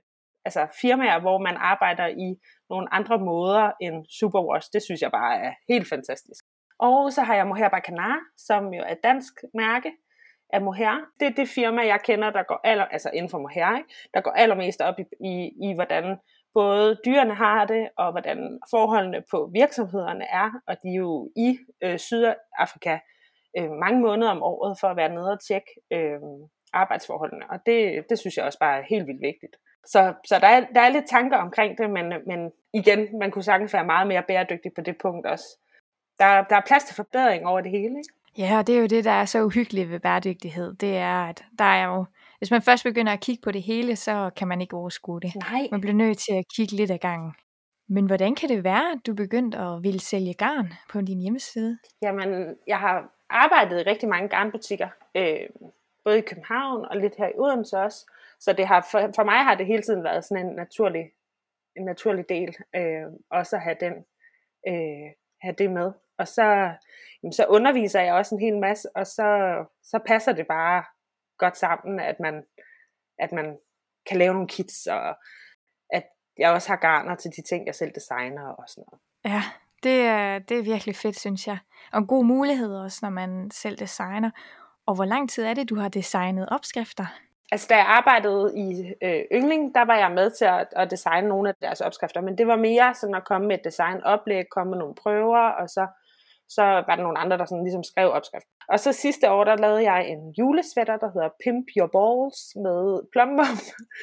altså firmaer, hvor man arbejder i nogle andre måder end Superwash. Det synes jeg bare er helt fantastisk. Og så har jeg Mohair by Canar, som jo er et dansk mærke af mohair. Det er det firma, jeg kender, der går aller, altså inden for mohair, ikke? Der går allermest op i, i, i, hvordan både dyrene har det, og hvordan forholdene på virksomhederne er. Og de er jo i øh, Sydafrika øh, mange måneder om året for at være nede og tjekke øh, arbejdsforholdene. Og det, det synes jeg også bare er helt vildt vigtigt. Så, så der, er, der er lidt tanker omkring det, men, men igen, man kunne sagtens være meget mere bæredygtig på det punkt også. Der, der er plads til forbedring over det hele, ikke? Ja, og det er jo det, der er så uhyggeligt ved bæredygtighed. Det er, at der er jo, hvis man først begynder at kigge på det hele, så kan man ikke overskue det. Nej. Man bliver nødt til at kigge lidt ad gangen. Men hvordan kan det være, at du begyndte at ville sælge garn på din hjemmeside? Jamen, jeg har arbejdet i rigtig mange garnbutikker, øh, både i København og lidt her i Odense også. Så det har, for, for mig har det hele tiden været sådan en naturlig, en naturlig del, øh, også at have, den, øh, have det med. Og så, jamen, så underviser jeg også en hel masse, og så, så passer det bare godt sammen, at man, at man kan lave nogle kits, og at jeg også har garner til de ting, jeg selv designer og sådan noget. Ja, det er, det er virkelig fedt, synes jeg. Og en god mulighed også, når man selv designer. Og hvor lang tid er det, du har designet opskrifter? Altså, da jeg arbejdede i øh, Yngling, der var jeg med til at, at designe nogle af deres opskrifter, men det var mere sådan at komme med et designoplæg, komme med nogle prøver, og så, så var der nogle andre, der sådan ligesom skrev opskrifter. Og så sidste år, der lavede jeg en julesweater, der hedder Pimp Your Balls med plumbum.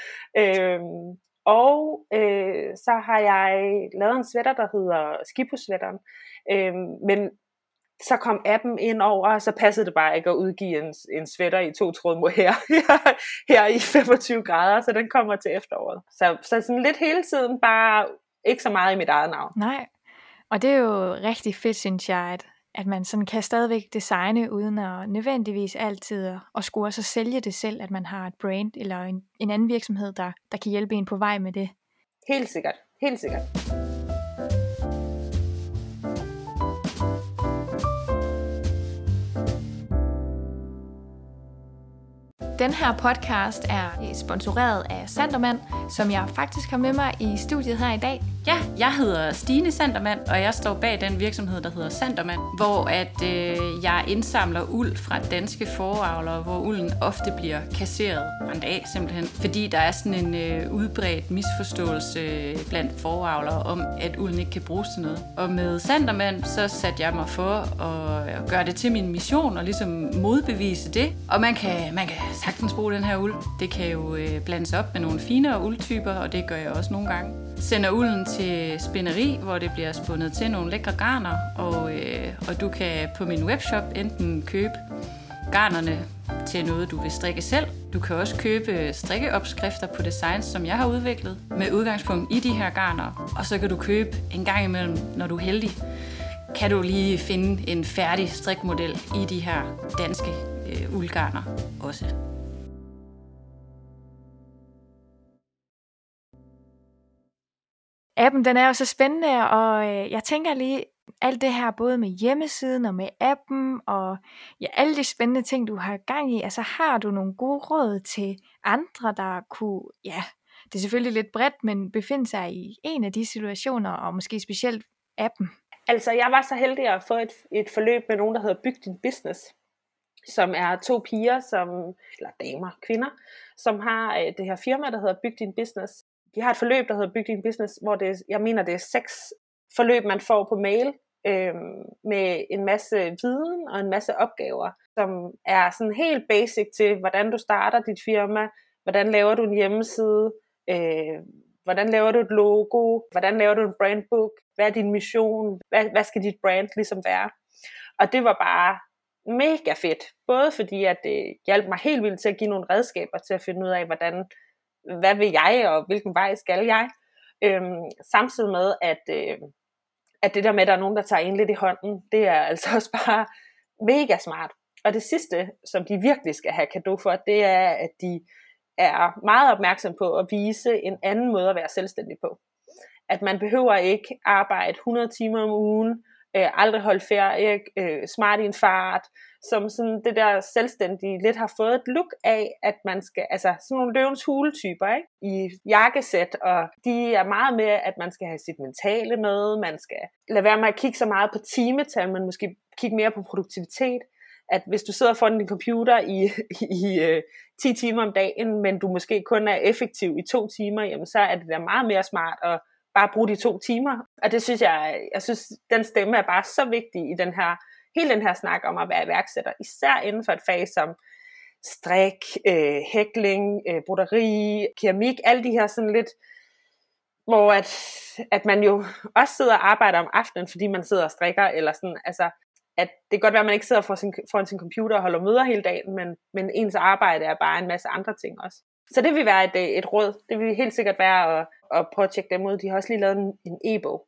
øhm, og øh, så har jeg lavet en sweater, der hedder Skippo-sweateren, øhm, men så kom appen ind over, og så passede det bare ikke at udgive en, en sweater i to tråd mohair her, her i femogtyve grader, så den kommer til efteråret. Så, så sådan lidt hele tiden, bare ikke så meget i mit eget navn. Nej, og det er jo rigtig fedt, synes jeg, at, at man sådan kan stadigvæk designe, uden at nødvendigvis altid at skulle også sælge det selv, at man har et brand eller en, en anden virksomhed, der, der kan hjælpe en på vej med det. Helt sikkert, helt sikkert. Den her podcast er sponsoreret af Sandermand, som jeg faktisk har med mig i studiet her i dag. Ja, jeg hedder Stine Sandermand, og jeg står bag den virksomhed, der hedder Sandermand, hvor at, øh, jeg indsamler uld fra danske fåreavlere, hvor ulden ofte bliver kasseret, brændt af simpelthen, fordi der er sådan en øh, udbredt misforståelse blandt fåreavlere om, at ulden ikke kan bruges til noget. Og med Sandermand, så satte jeg mig for at gøre det til min mission, og ligesom modbevise det. Og man kan, man kan sagtens bruge den her uld. Det kan jo øh, blandes op med nogle finere uldtyper, og det gør jeg også nogle gange. Sender ulden til spinderi, hvor det bliver spundet til nogle lækre garner, og, øh, og du kan på min webshop enten købe garnerne til noget, du vil strikke selv. Du kan også købe strikkeopskrifter på designs, som jeg har udviklet, med udgangspunkt i de her garner. Og så kan du købe en gang imellem, når du er heldig, kan du lige finde en færdig strikmodel i de her danske øh, uldgarner også. Appen, den er jo så spændende, og øh, jeg tænker lige, alt det her både med hjemmesiden og med appen, og ja, alle de spændende ting, du har gang i, altså har du nogle gode råd til andre, der kunne, ja, det er selvfølgelig lidt bredt, men befinde sig i en af de situationer, og måske specielt appen? Altså, jeg var så heldig at få et, et forløb med nogen, der hedder Byg Din Business, som er to piger, som, eller damer, kvinder, som har øh, det her firma, der hedder Byg Din Business. De har et forløb, der hedder Byg Din Business, hvor det, jeg mener, det er seks forløb, man får på mail, øh, med en masse viden og en masse opgaver, som er sådan helt basic til, hvordan du starter dit firma, hvordan laver du en hjemmeside, øh, hvordan laver du et logo, hvordan laver du en brandbook, hvad er din mission, hvad, hvad skal dit brand ligesom være. Og det var bare mega fedt, både fordi at det hjalp mig helt vildt til at give nogle redskaber til at finde ud af, hvordan, hvad vil jeg, og hvilken vej skal jeg, øhm, samtidig med, at, øh, at det der med, at der er nogen, der tager en lidt i hånden, det er altså også bare mega smart. Og det sidste, som de virkelig skal have cadeau for, det er, at de er meget opmærksom på at vise en anden måde at være selvstændig på. At man behøver ikke arbejde hundrede timer om ugen, øh, aldrig holde ferie, øh, smart i en fart, som sådan det der selvstændige lidt har fået et look af, at man skal, altså sådan nogle løvens hule-typer, ikke? I jakkesæt, og de er meget med, at man skal have sit mentale med, man skal lade være med at kigge så meget på timetal, men måske kigge mere på produktivitet. At hvis du sidder foran din computer i, i øh, ti timer om dagen, men du måske kun er effektiv i to timer, jamen så er det da meget mere smart at bare bruge de to timer. Og det synes jeg, jeg synes, den stemme er bare så vigtig i den her, hele den her snak om at være iværksætter, især inden for et fag som strik, øh, hækling, øh, broderi, keramik, alle de her sådan lidt, hvor at, at man jo også sidder og arbejder om aftenen, fordi man sidder og strikker, eller sådan, altså, at det kan godt være, at man ikke sidder foran sin, foran sin computer og holder møder hele dagen, men, men ens arbejde er bare en masse andre ting også. Så det vil være et, et råd. Det vil helt sikkert være at, at prøve at tjekke dem ud. De har også lige lavet en, en e-bog.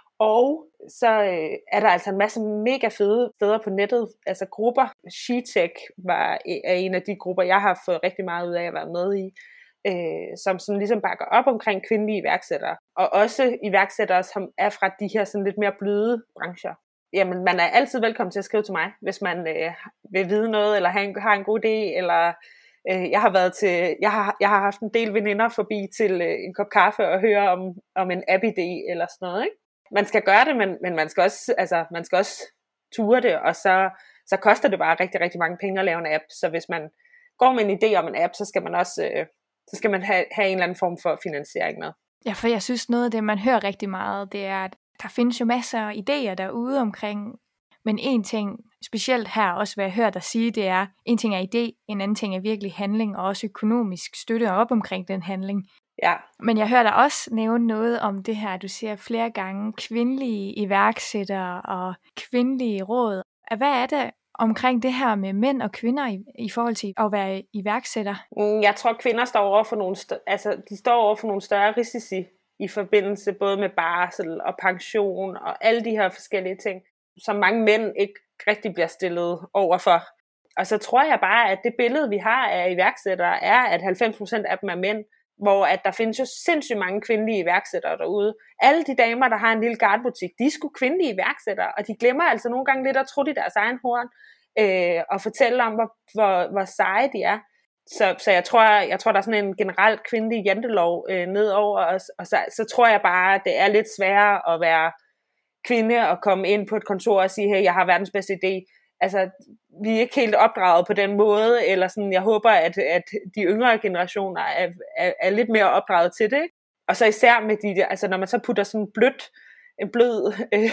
Og så øh, er der altså en masse mega fede steder på nettet, altså grupper. SheTech var, er en af de grupper, jeg har fået rigtig meget ud af at være med i, øh, som sådan ligesom bakker op omkring kvindelige iværksættere. Og også iværksættere, som er fra de her sådan lidt mere bløde brancher. Jamen, man er altid velkommen til at skrive til mig, hvis man øh, vil vide noget, eller har en, har en god idé, eller øh, jeg har været til, jeg har, jeg har haft en del veninder forbi til øh, en kop kaffe og høre om, om en app-idé, eller sådan noget, ikke? Man skal gøre det, men, men man skal også, altså, man skal også ture det, og så, så koster det bare rigtig, rigtig mange penge at lave en app, så hvis man går med en idé om en app, så skal man også, øh, så skal man have, have en eller anden form for finansiering med. Ja, for jeg synes noget af det, man hører rigtig meget, det er, at der findes jo masser af idéer derude omkring, men en ting, specielt her også, hvad jeg hører dig sige, det er, en ting er idé, en anden ting er virkelig handling, og også økonomisk støtte op omkring den handling. Ja. Men jeg hører dig også nævne noget om det her, du siger flere gange, kvindelige iværksættere og kvindelige råd. Hvad er det omkring det her med mænd og kvinder i, i forhold til at være iværksætter? Jeg tror, kvinder står over for nogle, større, altså, de står over for nogle større risici i forbindelse både med barsel og pension og alle de her forskellige ting, som mange mænd ikke rigtig bliver stillet overfor. Og så tror jeg bare, at det billede, vi har af iværksættere, er, at halvfems procent af dem er mænd, hvor at der findes jo sindssygt mange kvindelige iværksættere derude. Alle de damer, der har en lille garnbutik, de er sgu kvindelige iværksættere, og de glemmer altså nogle gange lidt at trutte i deres egen horn, øh, og fortælle om, hvor, hvor, hvor seje de er. Så, så jeg, tror, jeg tror, der er sådan en generelt kvindelig jantelov øh, nedover os, og så, så tror jeg bare, at det er lidt sværere at være kvinde og komme ind på et kontor og sige, hey, jeg har verdens bedste idé. Altså, vi er ikke helt opdraget på den måde, eller sådan, jeg håber, at, at de yngre generationer er, er, er lidt mere opdraget til det, ikke? Og så især med de, altså når man så putter sådan blødt, en blød, øh,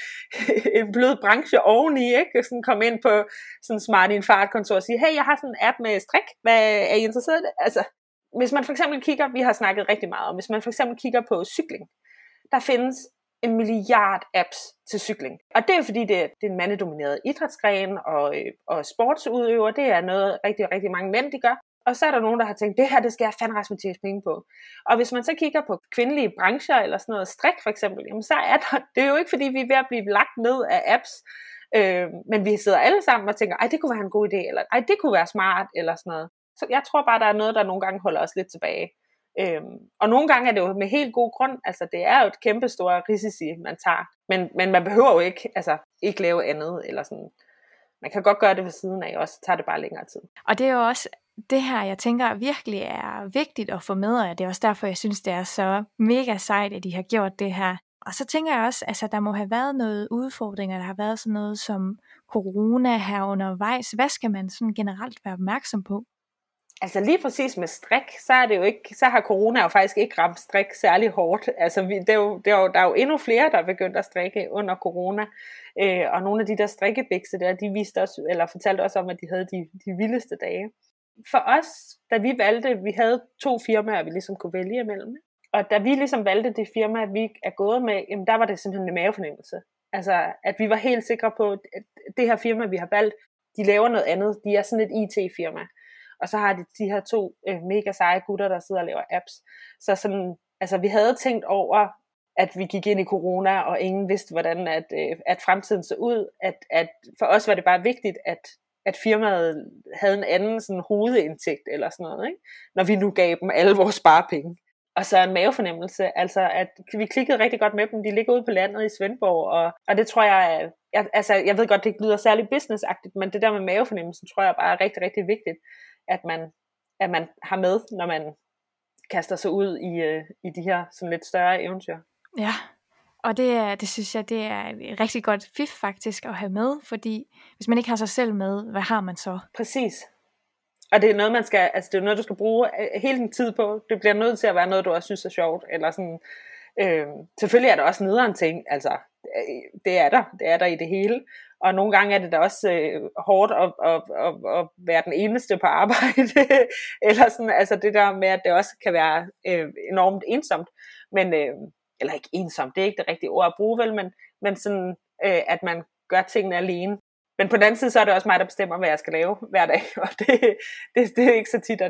en blød branche oveni, ikke? Sådan komme ind på sådan smart i en fartkontor og sige, hey, jeg har sådan en app med strik, hvad er I interesseret i det? Altså, hvis man for eksempel kigger, vi har snakket rigtig meget om, hvis man for eksempel kigger på cykling, der findes en milliard apps til cykling. Og det er fordi, det er, det er en mandedomineret idrætsgren, og, og sportsudøver, det er noget rigtig, rigtig mange mænd, de gør. Og så er der nogen, der har tænkt, det her, det skal jeg fandme tjene penge på. Og hvis man så kigger på kvindelige brancher, eller sådan noget strik for eksempel, jamen så er der, det er jo ikke fordi, vi er ved at blive lagt ned af apps, øh, men vi sidder alle sammen og tænker, ej, det kunne være en god idé, eller ej, det kunne være smart, eller sådan noget. Så jeg tror bare, der er noget, der nogle gange holder os lidt tilbage. Øhm, og nogle gange er det jo med helt god grund, altså det er jo et kæmpe store risici, man tager, men, men man behøver jo ikke, altså ikke lave andet, eller sådan, man kan godt gøre det ved siden af, og så tager det bare længere tid. Og det er jo også det her, jeg tænker virkelig er vigtigt at få med, og det er også derfor, jeg synes, det er så mega sejt, at de har gjort det her. Og så tænker jeg også, altså der må have været noget udfordringer, der har været sådan noget som corona her undervejs. Hvad skal man sådan generelt være opmærksom på? Altså lige præcis med strik, så er det jo ikke, så har corona jo faktisk ikke ramt strik særlig hårdt. Altså vi, det er jo, det er jo, der er jo endnu flere, der er begyndt at strikke under corona. Øh, og nogle af de der strikkebikse der, de viste også, eller fortalte også om, at de havde de, de vildeste dage. For os, da vi valgte, vi havde to firmaer, vi ligesom kunne vælge imellem. Og da vi ligesom valgte det firma, vi er gået med, jamen der var det simpelthen en mavefornemmelse. Altså at vi var helt sikre på, at det her firma, vi har valgt, de laver noget andet. De er sådan et I T-firma. Og så har de de her to øh, mega seje gutter, der sidder og laver apps. Så sådan, altså vi havde tænkt over, at vi gik ind i corona, og ingen vidste, hvordan at, øh, at fremtiden så ud. At, at for os var det bare vigtigt, at, at firmaet havde en anden sådan hovedindtægt, eller sådan noget, ikke? Når vi nu gav dem alle vores sparepenge. og så en mavefornemmelse, altså at vi klikkede rigtig godt med dem, de ligger ude på landet i Svendborg, og, og det tror jeg, jeg, altså jeg ved godt, det ikke lyder særlig businessagtigt, men det der med mavefornemmelsen, tror jeg bare er rigtig, rigtig vigtigt, at man, at man har med, når man kaster sig ud i, øh, i de her sådan lidt større eventyr. Ja, og det, er, det synes jeg, det er et rigtig godt fif faktisk at have med, fordi hvis man ikke har sig selv med, hvad har man så? Præcis. Og det er noget, man skal, altså det er noget, du skal bruge hele din tid på. Det bliver nødt til at være noget, du også synes er sjovt. Eller sådan, øh, selvfølgelig er der også nederen ting, altså det er der, det er der i det hele. Og nogle gange er det da også øh, hårdt at, at, at, at være den eneste på arbejde. Eller sådan, altså det der med, at det også kan være øh, enormt ensomt. Men, øh, eller ikke ensomt, det er ikke det rigtige ord at bruge vel, men, men sådan, øh, at man gør tingene alene. Men på den anden side, så er det også mig, der bestemmer, hvad jeg skal lave hver dag. Og det, det, det er ikke så tit, at,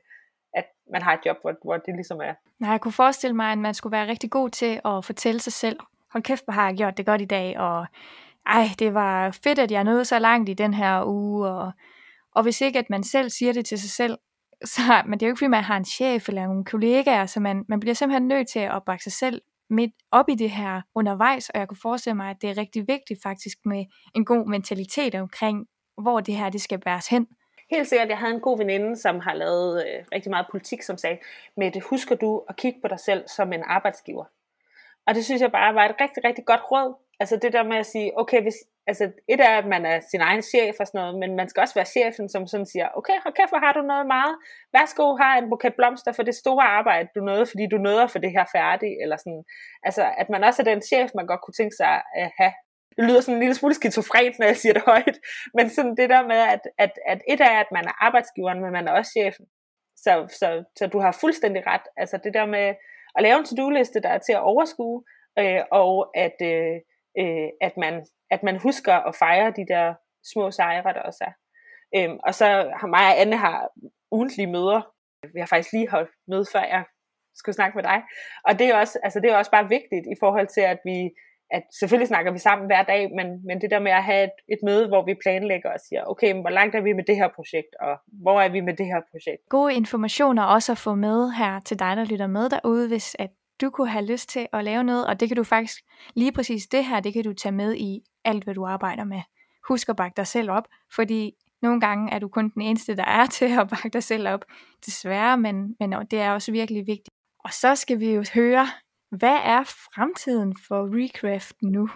at man har et job, hvor, hvor det ligesom er. Nej, jeg kunne forestille mig, at man skulle være rigtig god til at fortælle sig selv, hold kæft, hvor har jeg gjort det godt i dag, og ej, det var fedt, at jeg nåede så langt i den her uge. Og, og hvis ikke, at man selv siger det til sig selv, så men det er jo ikke, fordi man har en chef eller nogle kollegaer, så man, man bliver simpelthen nødt til at bakke sig selv midt op i det her undervejs, og jeg kunne forestille mig, at det er rigtig vigtigt faktisk med en god mentalitet omkring, hvor det her det skal bæres hen. Helt sikkert, jeg havde en god veninde, som har lavet øh, rigtig meget politik, som sagde, Mette, husker du at kigge på dig selv som en arbejdsgiver? Og det synes jeg bare var et rigtig, rigtig godt råd. Altså det der med at sige, okay, hvis, altså et er, at man er sin egen chef og sådan noget, men man skal også være chefen, som sådan siger, okay, hold kæft, hvor har du noget meget. Værsgo, har en buket blomster for det store arbejde, du nåede, fordi du nåede for det her færdigt, eller sådan. Altså, at man også er den chef, man godt kunne tænke sig at have. Det lyder sådan en lille smule skizofrent, når jeg siger det højt, men sådan det der med, at, at, at et er, at man er arbejdsgiveren, men man er også chefen. Så, så, så du har fuldstændig ret. Altså det der med at lave en to-do-liste, der er til at overskue, øh, og at, øh, øh, at, man, at man husker at fejre de der små sejre, der også er. Øhm, og så har mig og Anne har ugentlige møder. Vi har faktisk lige holdt møde, før jeg skulle snakke med dig. Og det er også, altså det er også bare vigtigt i forhold til, at vi at selvfølgelig snakker vi sammen hver dag, men, men det der med at have et, et møde, hvor vi planlægger og siger, okay, men hvor langt er vi med det her projekt, og hvor er vi med det her projekt? Gode informationer også at få med her til dig, der lytter med derude, hvis at du kunne have lyst til at lave noget, og det kan du faktisk, lige præcis det her, det kan du tage med i alt, hvad du arbejder med. Husk at bakke dig selv op, fordi nogle gange er du kun den eneste, der er til at bakke dig selv op, desværre, men, men det er også virkelig vigtigt. Og så skal vi jo høre, hvad er fremtiden for Recraft nu?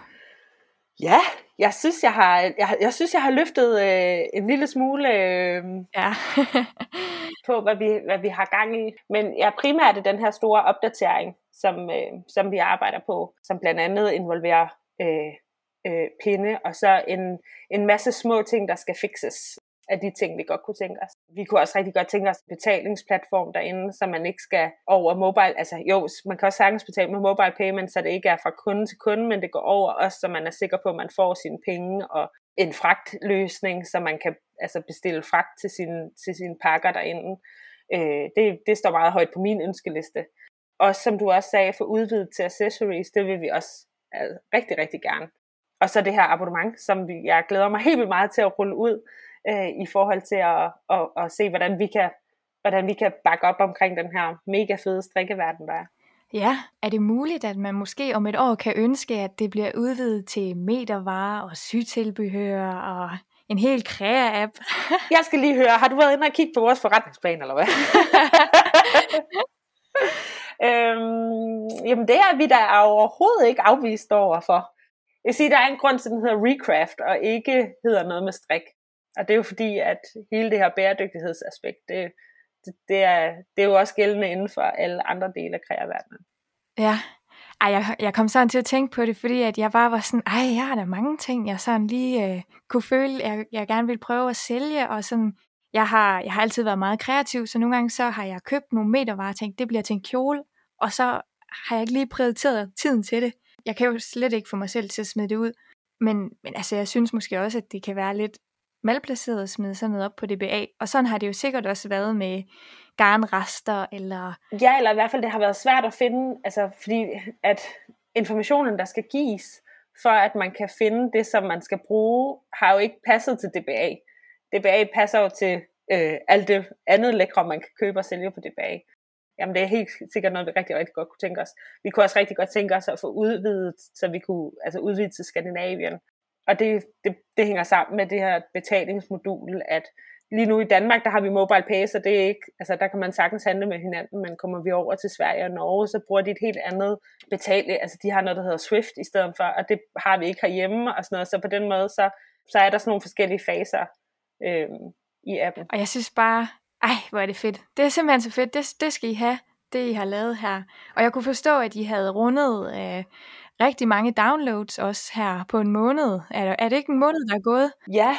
Ja, jeg synes, jeg har, jeg, jeg synes, jeg har løftet øh, en lille smule øh, ja. på, hvad vi, hvad vi har gang i. Men ja, primært er den her store opdatering, som, øh, som vi arbejder på, som blandt andet involverer øh, øh, pinde, og så en, en masse små ting, der skal fikses af de ting, vi godt kunne tænke os. Vi kunne også rigtig godt tænke os en betalingsplatform derinde, så man ikke skal over mobile, altså jo, man kan også sagtens betale med mobile payment, så det ikke er fra kunde til kunde, men det går over os, så man er sikker på, at man får sine penge, og en fragtløsning, så man kan altså bestille fragt til sine, til sine pakker derinde. Øh, det, det står meget højt på min ønskeliste. Og som du også sagde, for udvidet til accessories, det vil vi også altså, rigtig, rigtig gerne. Og så det her abonnement, som vi, jeg glæder mig helt vildt meget til at rulle ud, i forhold til at, at, at se, hvordan vi, kan, hvordan vi kan bakke op omkring den her mega fede strikkeverden, der er. Ja, er det muligt, at man måske om et år kan ønske, at det bliver udvidet til metervarer og sytilbehør og en helt krea-app? Jeg skal lige høre, har du været inde og kigge på vores forretningsplan, eller hvad? øhm, jamen det er vi da overhovedet ikke afvist overfor. Jeg siger, der er en grund til, at den hedder Recraft, og ikke hedder noget med strik. Og det er jo fordi, at hele det her bæredygtighedsaspekt, det, det, det, er, det er jo også gældende inden for alle andre dele af kreaverdenen. Ja, ej, jeg, jeg kom sådan til at tænke på det, fordi at jeg bare var sådan, ej, jeg har da mange ting, jeg sådan lige øh, kunne føle, jeg, jeg gerne ville prøve at sælge, og sådan, jeg har, jeg har altid været meget kreativ, så nogle gange så har jeg købt nogle metervarer og tænkt, det bliver til en kjole, og så har jeg ikke lige prioriteret tiden til det. Jeg kan jo slet ikke få mig selv til at smide det ud, men, men altså, jeg synes måske også, at det kan være lidt malplaceret at smide sådan noget op på D B A, og sådan har det jo sikkert også været med garnrester, eller... Ja, eller i hvert fald det har været svært at finde, altså fordi at informationen, der skal gives, for at man kan finde det, som man skal bruge, har jo ikke passet til D B A. D B A passer jo til øh, alt det andet lækre, man kan købe og sælge på D B A. jamen det er helt sikkert noget, vi rigtig, rigtig godt kunne tænke os. Vi kunne også rigtig godt tænke os at få udvidet, så vi kunne altså udvide til Skandinavien. Og det, det, det hænger sammen med det her betalingsmodul, at lige nu i Danmark, der har vi MobilePay, så det er ikke, altså der kan man sagtens handle med hinanden, men kommer vi over til Sverige og Norge, så bruger de et helt andet betale, altså de har noget, der hedder Swift i stedet for, og det har vi ikke herhjemme og sådan noget, så på den måde, så, så er der sådan nogle forskellige faser øh, i appen. Og jeg synes bare, ej, hvor er det fedt. Det er simpelthen så fedt, det, det skal I have, det I har lavet her. Og jeg kunne forstå, at I havde rundet øh, rigtig mange downloads også her på en måned. Er det, er det ikke en måned, der er gået? Ja,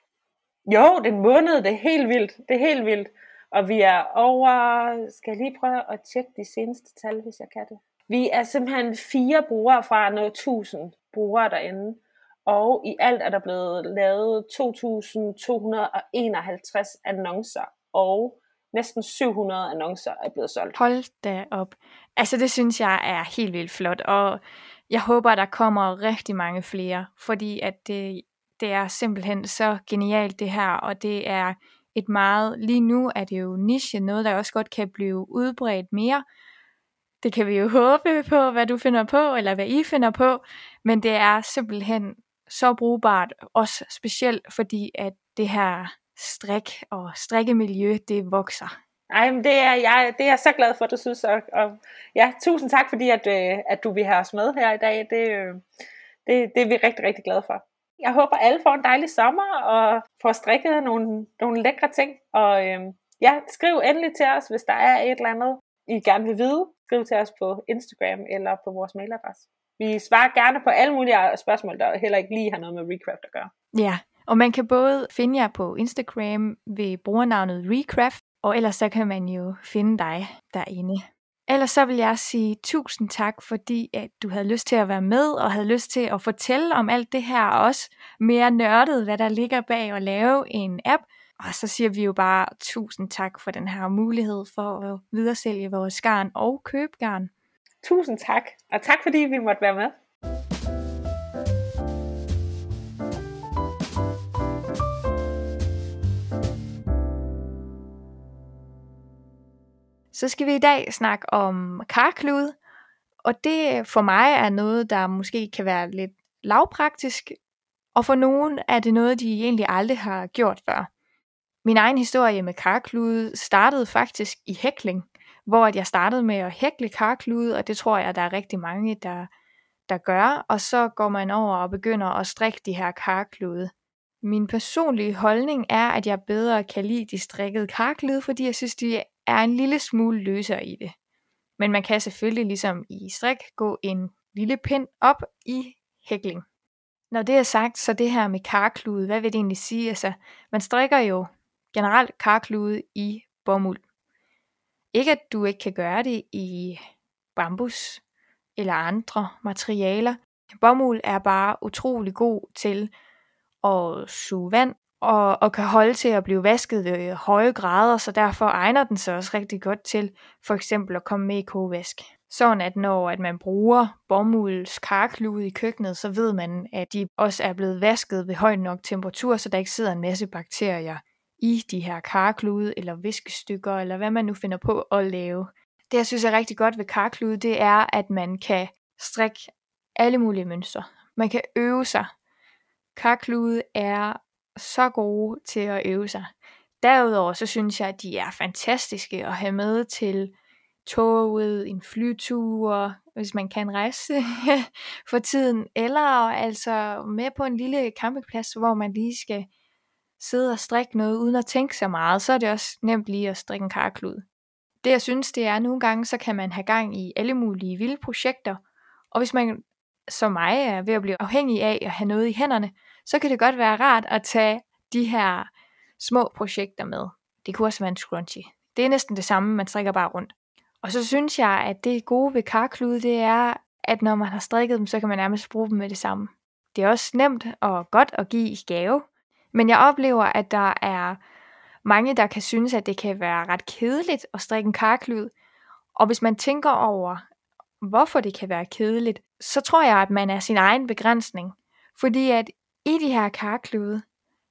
jo, det er en måned, det er helt vildt, det er helt vildt. Og vi er over, skal jeg lige prøve at tjekke de seneste tal, hvis jeg kan det. Vi er simpelthen fire brugere fra noget tusind brugere derinde. Og i alt er der blevet lavet to tusind to hundrede og enoghalvtreds annoncer, og næsten syv hundrede annoncer er blevet solgt. Hold da op. Altså det synes jeg er helt vildt flot, og jeg håber, der kommer rigtig mange flere, fordi at det, det er simpelthen så genialt det her, og det er et meget, lige nu er det jo niche, noget der også godt kan blive udbredt mere. Det kan vi jo håbe på, hvad du finder på, eller hvad I finder på, men det er simpelthen så brugbart, også specielt fordi, at det her strik og strikkemiljø, det vokser. Ej, men det er, jeg, det er jeg så glad for, at du synes. Og, og ja, tusind tak, fordi at, at du vil have os med her i dag. Det, det, det er vi rigtig, rigtig glade for. Jeg håber, alle får en dejlig sommer og får strikket nogle, nogle lækre ting. Og øh, ja, skriv endelig til os, hvis der er et eller andet, I gerne vil vide. Skriv til os på Instagram eller på vores mailadresse. Vi svarer gerne på alle mulige spørgsmål, der heller ikke lige har noget med Recraft at gøre. Ja, og man kan både finde jer på Instagram ved brugernavnet Recraft, og ellers så kan man jo finde dig derinde. Ellers så vil jeg sige tusind tak, fordi at du havde lyst til at være med, og havde lyst til at fortælle om alt det her, og også mere nørdet, hvad der ligger bag at lave en app. Og så siger vi jo bare tusind tak for den her mulighed for at videresælge vores garn og købe garn. Tusind tak, og tak fordi vi måtte være med. Så skal vi i dag snakke om karklude, og det for mig er noget, der måske kan være lidt lavpraktisk, og for nogen er det noget, de egentlig aldrig har gjort før. Min egen historie med karklude startede faktisk i hækling, hvor jeg startede med at hækle karklude, og det tror jeg, der er rigtig mange, der, der gør, og så går man over og begynder at strikke de her karklude. Min personlige holdning er, at jeg bedre kan lide de strikkede karklude, fordi jeg synes, de er en lille smule løsere i det. Men man kan selvfølgelig ligesom i strik gå en lille pind op i hækling. Når det er sagt, så det her med karklude, hvad vil det egentlig sige? Altså, man strikker jo generelt karklude i bomuld. Ikke at du ikke kan gøre det i bambus eller andre materialer. Bomuld er bare utrolig god til at suge vand og, og kan holde til at blive vasket ved høje grader, så derfor egner den sig også rigtig godt til for eksempel at komme med i kogevask. Sådan at når at man bruger bomulds karklude i køkkenet, så ved man, at de også er blevet vasket ved høj nok temperatur, så der ikke sidder en masse bakterier i de her karklude eller viskestykker, eller hvad man nu finder på at lave. Det jeg synes er rigtig godt ved karklude, det er, at man kan strikke alle mulige mønstre. Man kan øve sig. Karklude er så gode til at øve sig. Derudover så synes jeg, at de er fantastiske at have med til toget, en flytur, hvis man kan rejse for tiden, eller altså med på en lille campingplads, hvor man lige skal sidde og strikke noget uden at tænke så meget, så er det også nemt lige at strikke en karklude. Det jeg synes, det er, at nogle gange, så kan man have gang i alle mulige vilde projekter, og hvis man som mig er ved at blive afhængig af at have noget i hænderne, så kan det godt være rart at tage de her små projekter med. Det kunne også være en scrunchie. Det er næsten det samme, man strikker bare rundt. Og så synes jeg, at det gode ved karklude, det er, at når man har strikket dem, så kan man nærmest bruge dem med det samme. Det er også nemt og godt at give i gave, men jeg oplever, at der er mange, der kan synes, at det kan være ret kedeligt at strikke en karklude. Og hvis man tænker over, hvorfor det kan være kedeligt, så tror jeg, at man er sin egen begrænsning. Fordi at i de her karklude,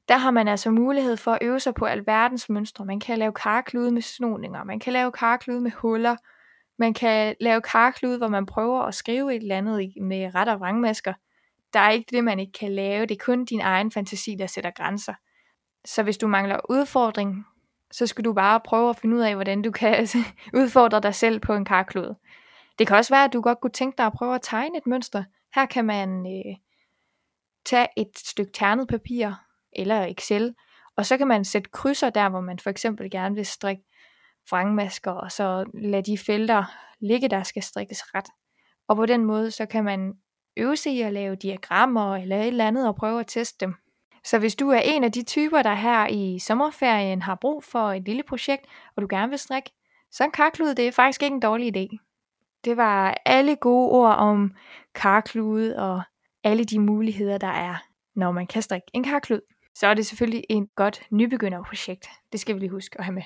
Der har man altså mulighed for at øve sig på alverdens mønstre. Man kan lave karklude med snoninger, man kan lave karklude med huller, man kan lave karklude, hvor man prøver at skrive et eller andet med ret og vrangmasker. Der er ikke det, man ikke kan lave. Det er kun din egen fantasi, der sætter grænser. Så hvis du mangler udfordring, så skal du bare prøve at finde ud af, hvordan du kan udfordre dig selv på en karklude. Det kan også være, at du godt kunne tænke dig at prøve at tegne et mønster. Her kan man øh, tage et stykke ternet papir eller Excel, og så kan man sætte krydser der, hvor man for eksempel gerne vil strikke vrangmasker, og så lade de felter ligge, der skal strikkes ret. Og på den måde, så kan man øve sig i at lave diagrammer eller et eller andet og prøve at teste dem. Så hvis du er en af de typer, der her i sommerferien har brug for et lille projekt, og du gerne vil strikke, så en karklude, det er faktisk ikke en dårlig idé. Det var alle gode ord om karklude og alle de muligheder, der er, når man kan strikke en karklude. Så er det selvfølgelig et godt nybegynderprojekt. Det skal vi lige huske at have med.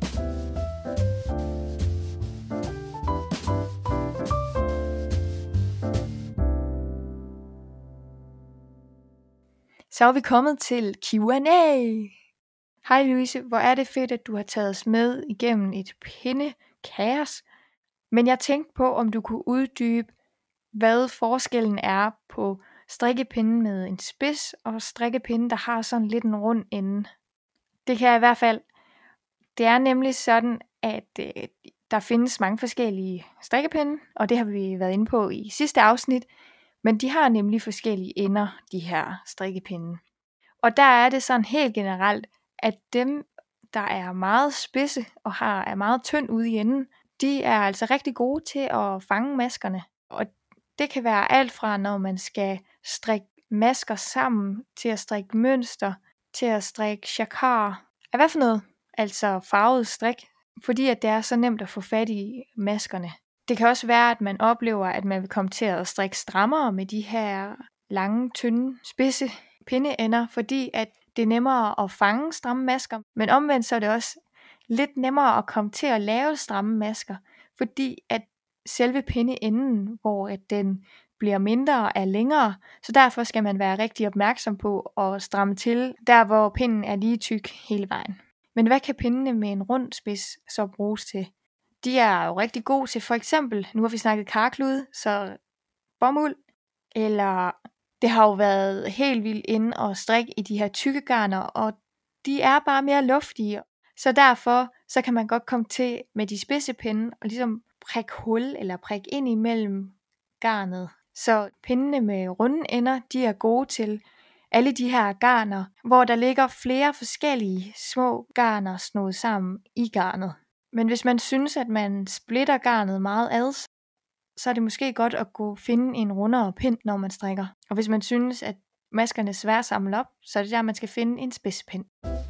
Så er vi kommet til Q and A. Hej Louise, hvor er det fedt, at du har taget os med igennem et pindekaos. Men jeg tænkte på, om du kunne uddybe, hvad forskellen er på strikkepinden med en spids og strikkepinden, der har sådan lidt en rund ende. Det kan jeg i hvert fald. Det er nemlig sådan, at øh, der findes mange forskellige strikkepinde, og det har vi været inde på i sidste afsnit. Men de har nemlig forskellige ender, de her strikkepinde. Og der er det sådan helt generelt, at dem, der er meget spidse og har, er meget tynd ude i enden, de er altså rigtig gode til at fange maskerne. Og det kan være alt fra, når man skal strikke masker sammen, til at strikke mønster, til at strikke jacquard. Hvad for noget? Altså farvet strik, fordi at det er så nemt at få fat i maskerne. Det kan også være, at man oplever, at man vil komme til at strikke strammere med de her lange, tynde, spidse pindeender, fordi at det er nemmere at fange stramme masker. Men omvendt så er det også lidt nemmere at komme til at lave stramme masker, fordi at selve pindeenden, hvor at den bliver mindre, er længere, så derfor skal man være rigtig opmærksom på at stramme til, der hvor pinden er lige tyk hele vejen. Men hvad kan pindene med en rund spids så bruges til? De er jo rigtig gode til for eksempel, nu har vi snakket karklude, så bomuld, eller det har jo været helt vildt inde og strikke i de her tykke garner, og de er bare mere luftige, så derfor så kan man godt komme til med de spidse pinde og ligesom prikke hul eller prikke ind imellem garnet. Så pindene med runde ender, de er gode til alle de her garner, hvor der ligger flere forskellige små garner snoet sammen i garnet. Men hvis man synes, at man splitter garnet meget ad, så er det måske godt at gå finde en rundere pind, når man strikker. Og hvis man synes, at maskerne er svære at samle op, så er det der, man skal finde en spidspind.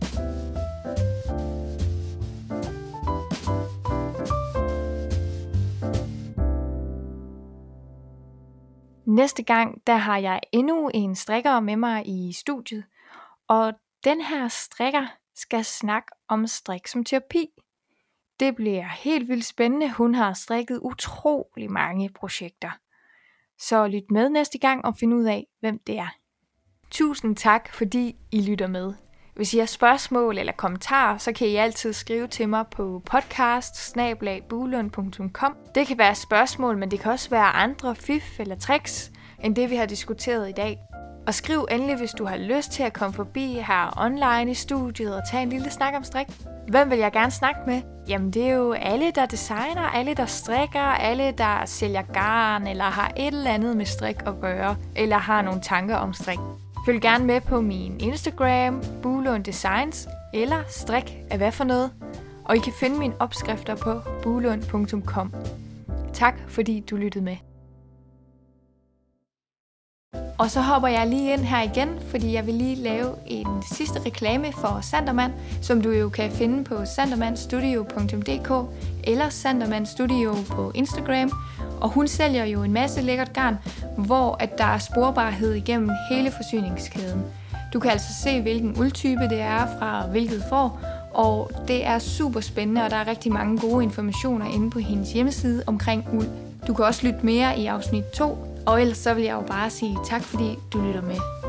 Næste gang, der har jeg endnu en strikker med mig i studiet, og den her strikker skal snakke om strik som terapi. Det bliver helt vildt spændende. Hun har strikket utrolig mange projekter. Så lyt med næste gang og find ud af, hvem det er. Tusind tak, fordi I lytter med. Hvis I har spørgsmål eller kommentarer, så kan I altid skrive til mig på podcast bindestreg buglund punktum com. Det kan være spørgsmål, men det kan også være andre fif eller tricks, end det vi har diskuteret i dag. Og skriv endelig, hvis du har lyst til at komme forbi her online i studiet og tage en lille snak om strik. Hvem vil jeg gerne snakke med? Jamen det er jo alle, der designer, alle, der strikker, alle, der sælger garn, eller har et eller andet med strik at gøre, eller har nogle tanker om strik. Følg gerne med på min Instagram, Buglund Designs, eller strik af hvad for noget. Og I kan finde mine opskrifter på buglund punktum com. Tak fordi du lyttede med. Og så hopper jeg lige ind her igen, fordi jeg vil lige lave en sidste reklame for Sanderman, som du jo kan finde på sandermanstudio punktum d k eller sandermanstudio på Instagram. Og hun sælger jo en masse lækkert garn, hvor at der er sporbarhed igennem hele forsyningskæden. Du kan altså se, hvilken uldtype det er fra hvilket får, og det er super spændende, og der er rigtig mange gode informationer inde på hendes hjemmeside omkring uld. Du kan også lytte mere i afsnit to, og ellers så vil jeg jo bare sige tak, fordi du lytter med.